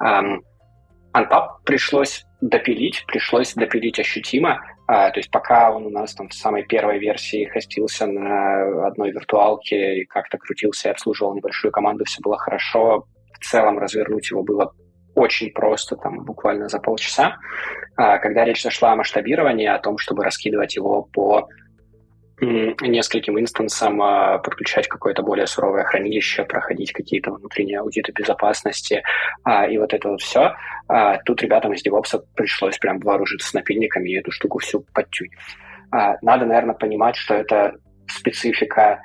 Unpub пришлось допилить, пришлось допилить ощутимо. То есть пока он у нас там в самой первой версии хостился на одной виртуалке и как-то крутился и обслуживал небольшую команду, все было хорошо. В целом развернуть его было очень просто, там, буквально за полчаса. Когда речь зашла о масштабировании, о том, чтобы раскидывать его по нескольким инстансам, подключать какое-то более суровое хранилище, проходить какие-то внутренние аудиты безопасности, и вот это вот все, тут ребятам из DevOps пришлось прям вооружиться напильниками и эту штуку всю подтюнить. Надо, наверное, понимать, что это специфика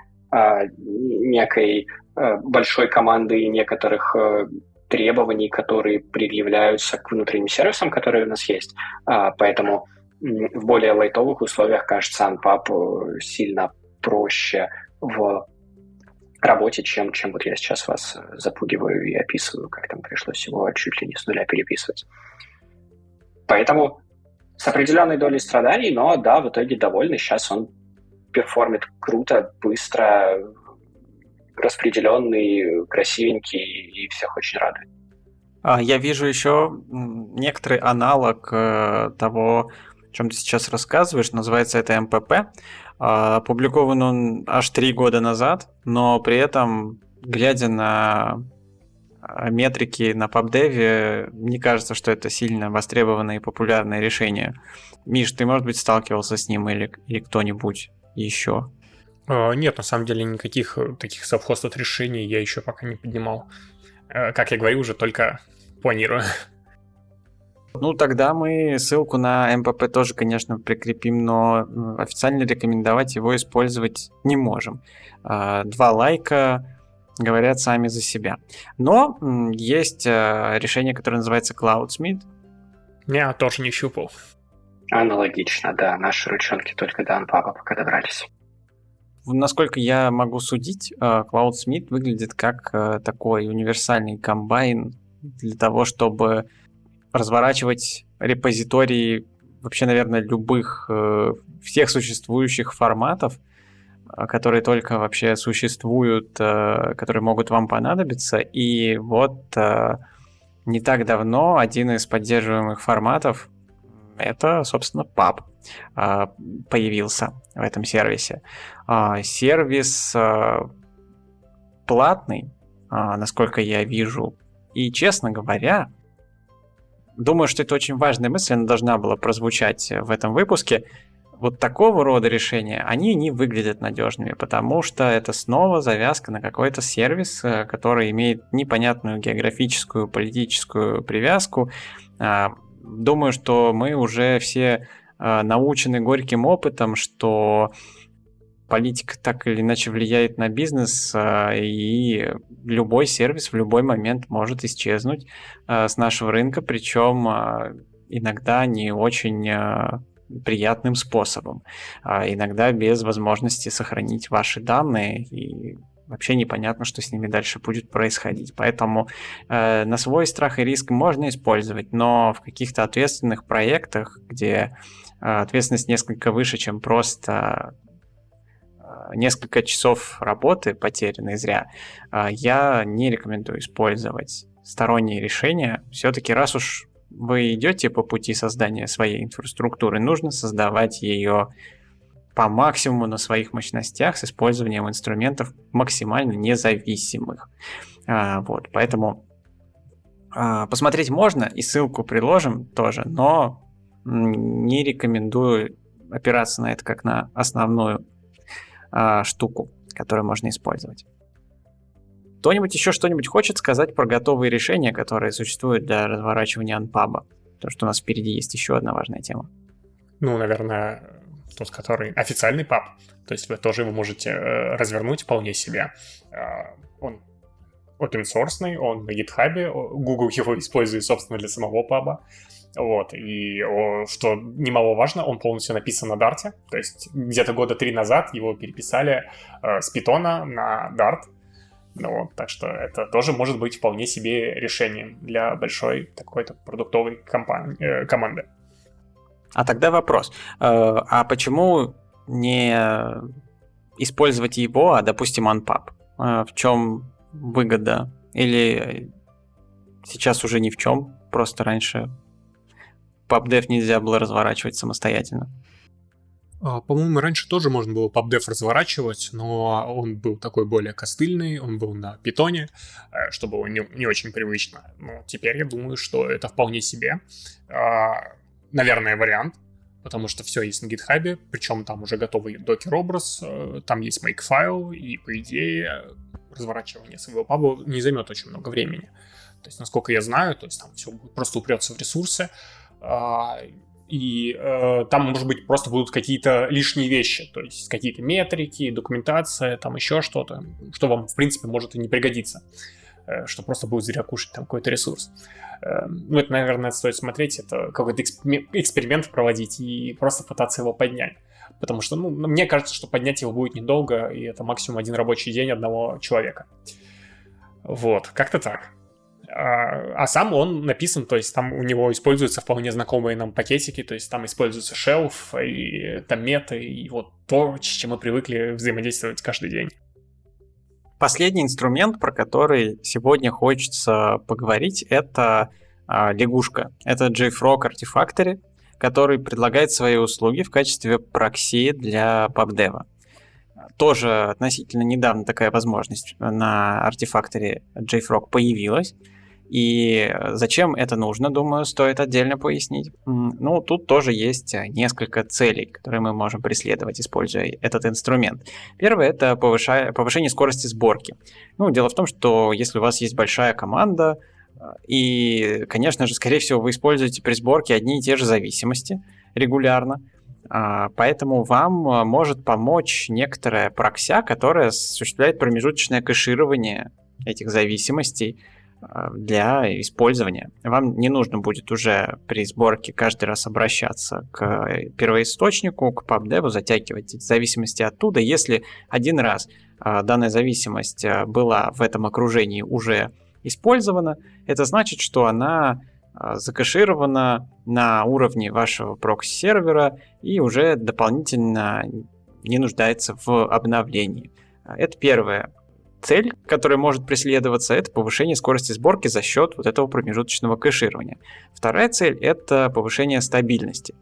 некой большой команды и некоторых требований, которые предъявляются к внутренним сервисам, которые у нас есть. Поэтому в более лайтовых условиях, кажется, Unpub сильно проще в работе, чем, чем вот я сейчас вас запугиваю и описываю, как там пришлось его чуть ли не с нуля переписывать. Поэтому с определенной долей страданий, но да, в итоге довольны. Сейчас он перформит круто, быстро, распределенный, красивенький и всех очень радует. Я вижу еще некоторый аналог того, о чем ты сейчас рассказываешь. Называется это эм пэ пэ. Опубликован он аж три года назад, но при этом, глядя на метрики на PubDev, не кажется, что это сильно востребованное и популярное решение. Миш, ты, может быть, сталкивался с ним или, или кто-нибудь еще? Нет, на самом деле никаких таких self-hosted решений я еще пока не поднимал. Как я говорю, уже только планирую. Ну, тогда мы ссылку на эм пэ пэ тоже, конечно, прикрепим, но официально рекомендовать его использовать не можем. Два лайка говорят сами за себя. Но м, есть э, решение, которое называется Cloudsmith. Я тоже не щупал. Аналогично, да. Наши ручонки только до Анпаба пока добрались. Насколько я могу судить, э, Cloudsmith выглядит как э, такой универсальный комбайн для того, чтобы разворачивать репозитории вообще, наверное, любых, э, всех существующих форматов, э, которые только вообще существуют, э, которые могут вам понадобиться. И вот э, не так давно один из поддерживаемых форматов, это, собственно, паб, э, появился в этом сервисе. А, сервис э, платный, а, насколько я вижу. И, честно говоря, думаю, что это очень важная мысль, она должна была прозвучать в этом выпуске. Вот такого рода решения, они не выглядят надежными, потому что это снова завязка на какой-то сервис, э, который имеет непонятную географическую, политическую привязку. А, Думаю, что мы уже все э, научены горьким опытом, что политика так или иначе влияет на бизнес, а, и любой сервис в любой момент может исчезнуть а, с нашего рынка, причем а, иногда не очень а, приятным способом, а иногда без возможности сохранить ваши данные, и вообще непонятно, что с ними дальше будет происходить. Поэтому э, на свой страх и риск можно использовать, но в каких-то ответственных проектах, где э, ответственность несколько выше, чем просто несколько часов работы потерянной зря, я не рекомендую использовать сторонние решения. Все-таки раз уж вы идете по пути создания своей инфраструктуры, нужно создавать ее по максимуму на своих мощностях с использованием инструментов максимально независимых. Вот, поэтому посмотреть можно, и ссылку приложим тоже, но не рекомендую опираться на это как на основную штуку, которую можно использовать. Кто-нибудь еще что-нибудь хочет сказать про готовые решения, которые существуют для разворачивания Анпаба? Потому что у нас впереди есть еще одна важная тема. Ну, наверное, тот, который официальный паб. То есть вы тоже его можете э, развернуть вполне себе. Э, он open source, он на GitHub, Google его использует, собственно, для самого паба. Вот, и о, что немаловажно, он полностью написан на Dart, то есть где-то года три назад его переписали э, с Python на Dart, ну, так что это тоже может быть вполне себе решением для большой такой-то продуктовой компании, э, команды. А тогда вопрос, э, а почему не использовать его, а, допустим, Анпаб? Э, в чем выгода? Или сейчас уже ни в чем, просто раньше PubDev нельзя было разворачивать самостоятельно? По-моему, раньше тоже можно было PubDev разворачивать, но он был такой более костыльный, он был на питоне, что было не, не очень привычно. Но теперь я думаю, что это вполне себе, наверное, вариант, потому что все есть на GitHub, причем там уже готовый докер-образ, там есть makefile, и, по идее, разворачивание своего паба не займет очень много времени. То есть, насколько я знаю, то есть там все просто упрется в ресурсы, и э, там, может быть, просто будут какие-то лишние вещи, то есть какие-то метрики, документация, там еще что-то, что вам, в принципе, может и не пригодиться, э, что просто будет зря кушать там какой-то ресурс. Э, ну, это, наверное, стоит смотреть, это какой-то эксп- эксперимент проводить и просто пытаться его поднять. Потому что, ну, мне кажется, что поднять его будет недолго, и это максимум один рабочий день одного человека. Вот, как-то так. А, а сам он написан, то есть там у него используются вполне знакомые нам пакетики, то есть там используется шелф и там меты, и вот то, с чем мы привыкли взаимодействовать каждый день. Последний инструмент, про который сегодня хочется поговорить, это а, лягушка. Это JFrog Artifactory, который предлагает свои услуги в качестве прокси для PubDev. Тоже относительно недавно такая возможность на Artifactory JFrog появилась. И зачем это нужно, думаю, стоит отдельно пояснить. Ну, тут тоже есть несколько целей, которые мы можем преследовать, используя этот инструмент. Первое – это повышение, повышение скорости сборки. Ну, дело в том, что если у вас есть большая команда, и, конечно же, скорее всего, вы используете при сборке одни и те же зависимости регулярно, Поэтому вам может помочь некоторая прокся, которая осуществляет промежуточное кэширование этих зависимостей для использования. Вам не нужно будет уже при сборке каждый раз обращаться к первоисточнику, к PubDev, затягивать эти зависимости оттуда. Если один раз данная зависимость была в этом окружении уже использована, это значит, что она закэширована на уровне вашего прокси-сервера и уже дополнительно не нуждается в обновлении. Это первое. Цель, которая может преследоваться, это повышение скорости сборки за счет вот этого промежуточного кэширования. Вторая цель – это повышение стабильности.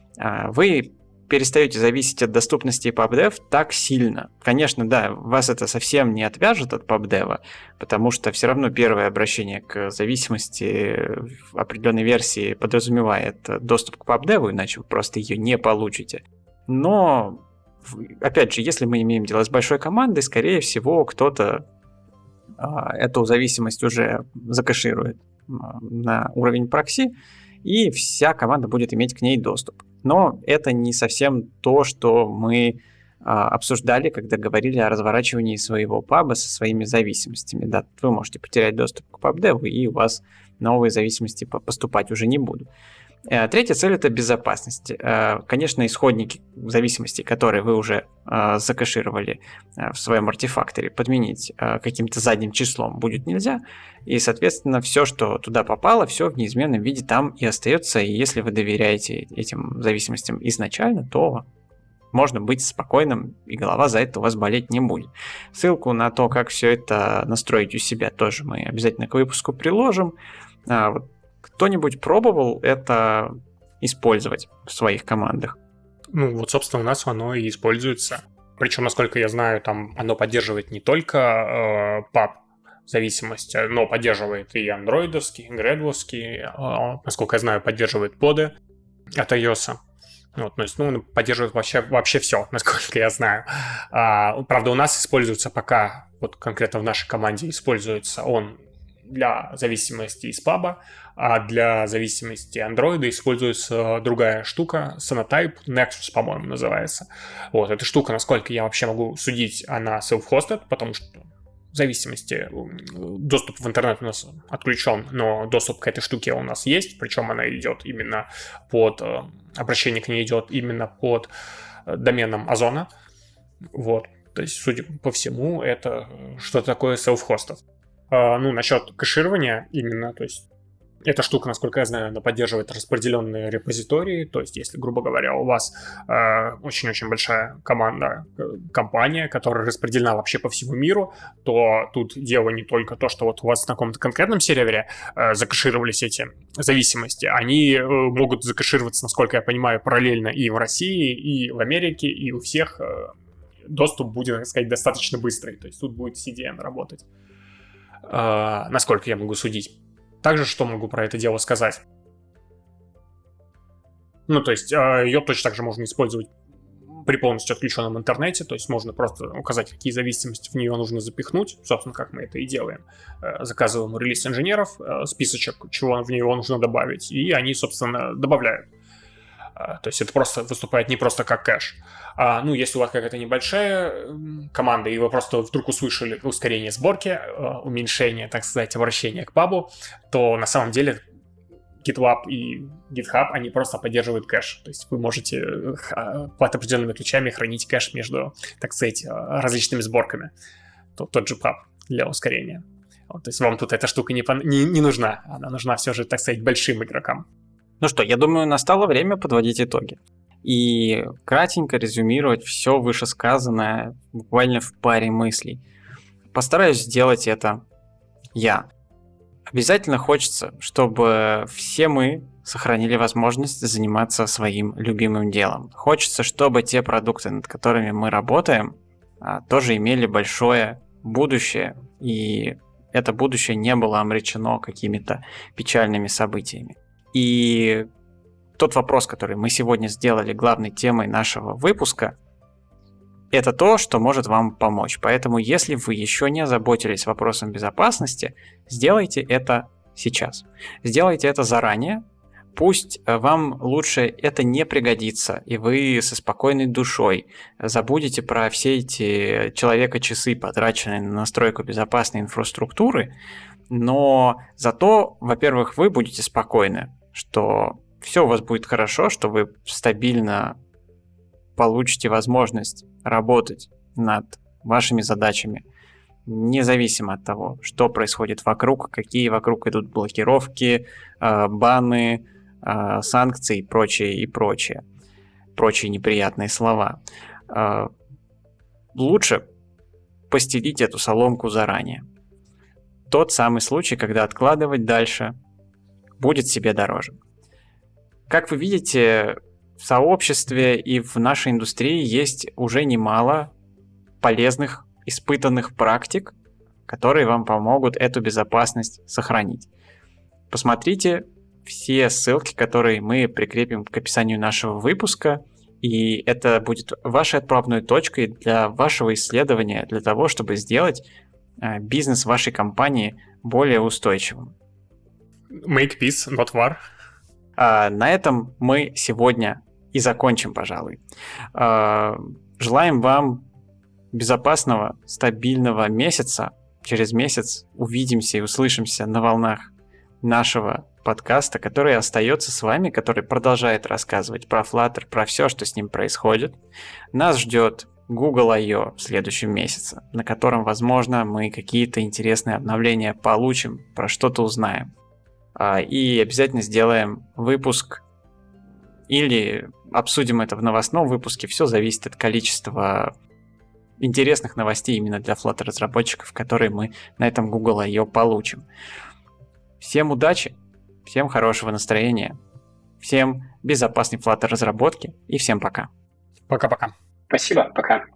Вы перестаете зависеть от доступности PubDev так сильно. Конечно, да, вас это совсем не отвяжет от PubDev, потому что все равно первое обращение к зависимости в определенной версии подразумевает доступ к PubDev, иначе вы просто ее не получите. Но опять же, если мы имеем дело с большой командой, скорее всего, кто-то а, эту зависимость уже закэширует а, на уровень прокси, и вся команда будет иметь к ней доступ. Но это не совсем то, что мы а, обсуждали, когда говорили о разворачивании своего паба со своими зависимостями. Да, вы можете потерять доступ к PubDev, и у вас новые зависимости поступать уже не будут. Третья цель – это безопасность. Конечно, исходники зависимостей, которые вы уже закэшировали в своем артефакторе, подменить каким-то задним числом будет нельзя. И, соответственно, все, что туда попало, все в неизменном виде там и остается. И если вы доверяете этим зависимостям изначально, то можно быть спокойным, и голова за это у вас болеть не будет. Ссылку на то, как все это настроить у себя, тоже мы обязательно к выпуску приложим. Вот. Кто-нибудь пробовал это использовать в своих командах? Ну, вот, собственно, у нас оно и используется. Причем, насколько я знаю, там оно поддерживает не только э, паб зависимость, но поддерживает и андроидовский, и грэдловский, э, насколько я знаю, поддерживает поды от iOS. Вот, то есть, ну, поддерживает вообще, вообще все, насколько я знаю. А, правда, у нас используется пока, вот конкретно в нашей команде используется он для зависимости из паба, а для зависимости андроида используется другая штука, Sonatype, Nexus, по-моему, называется. Вот, эта штука, насколько я вообще могу судить, она self-hosted, потому что в зависимости доступ в интернет у нас отключен, но доступ к этой штуке у нас есть, причем она идет именно под, обращение к ней идет именно под доменом Озона. Вот, то есть, судя по всему, это что-то такое self-hosted. Ну, насчет кэширования именно, то есть эта штука, насколько я знаю, она поддерживает распределенные репозитории, то есть если, грубо говоря, у вас э, очень-очень большая команда, компания, которая распределена вообще по всему миру, то тут дело не только то, что вот у вас на каком-то конкретном сервере э, закэшировались эти зависимости, они э, могут закэшироваться, насколько я понимаю, параллельно и в России, и в Америке, и у всех э, доступ будет, так сказать, достаточно быстрый, то есть тут будет си ди эн работать. Uh, насколько я могу судить. Также, что могу про это дело сказать? Ну, то есть, uh, ее точно так же можно использовать при полностью отключенном интернете, то есть можно просто указать, какие зависимости в нее нужно запихнуть, собственно, как мы это и делаем. Uh, заказываем у релиз-инженеров uh, списочек, чего в него нужно добавить, и они, собственно, добавляют. Uh, то есть это просто выступает не просто как кэш. А, ну, если у вас какая-то небольшая команда, и вы просто вдруг услышали ускорение сборки, uh, уменьшение, так сказать, обращения к пабу, то на самом деле GitLab и GitHub, они просто поддерживают кэш. То есть вы можете uh, под определенными ключами хранить кэш между, так сказать, uh, различными сборками. Тот, тот же паб для ускорения. Вот, то есть вам тут эта штука не, не, не нужна. Она нужна все же, так сказать, большим игрокам. Ну что, я думаю, настало время подводить итоги. И кратенько резюмировать все вышесказанное буквально в паре мыслей. Постараюсь сделать это я. Обязательно хочется, чтобы все мы сохранили возможность заниматься своим любимым делом. Хочется, чтобы те продукты, над которыми мы работаем, тоже имели большое будущее, и это будущее не было омрачено какими-то печальными событиями. И тот вопрос, который мы сегодня сделали главной темой нашего выпуска, это то, что может вам помочь. Поэтому, если вы еще не озаботились вопросом безопасности, сделайте это сейчас. Сделайте это заранее, Пусть вам лучше это не пригодится, и вы со спокойной душой забудете про все эти человека-часы, потраченные на настройку безопасной инфраструктуры, но зато, во-первых, вы будете спокойны, что все у вас будет хорошо, что вы стабильно получите возможность работать над вашими задачами, независимо от того, что происходит вокруг, какие вокруг идут блокировки, баны, санкции и прочее, и прочее. Прочие неприятные слова. Лучше постелить эту соломку заранее. Тот самый случай, когда откладывать дальше будет себе дороже. Как вы видите, в сообществе и в нашей индустрии есть уже немало полезных, испытанных практик, которые вам помогут эту безопасность сохранить. Посмотрите все ссылки, которые мы прикрепим к описанию нашего выпуска, и это будет вашей отправной точкой для вашего исследования, для того, чтобы сделать бизнес вашей компании более устойчивым. Make peace, not war. А, на этом мы сегодня и закончим, пожалуй. А, желаем вам безопасного, стабильного месяца. Через месяц увидимся и услышимся на волнах нашего подкаста, который остается с вами, который продолжает рассказывать про Flutter, про все, что с ним происходит. Нас ждет Google ай о в следующем месяце, на котором, возможно, мы какие-то интересные обновления получим, про что-то узнаем. И обязательно сделаем выпуск или обсудим это в новостном выпуске. Все зависит от количества интересных новостей именно для Flutter разработчиков, которые мы на этом Google ай о получим. Всем удачи, всем хорошего настроения, всем безопасной Flutter разработки и всем пока. Пока-пока. Спасибо, пока.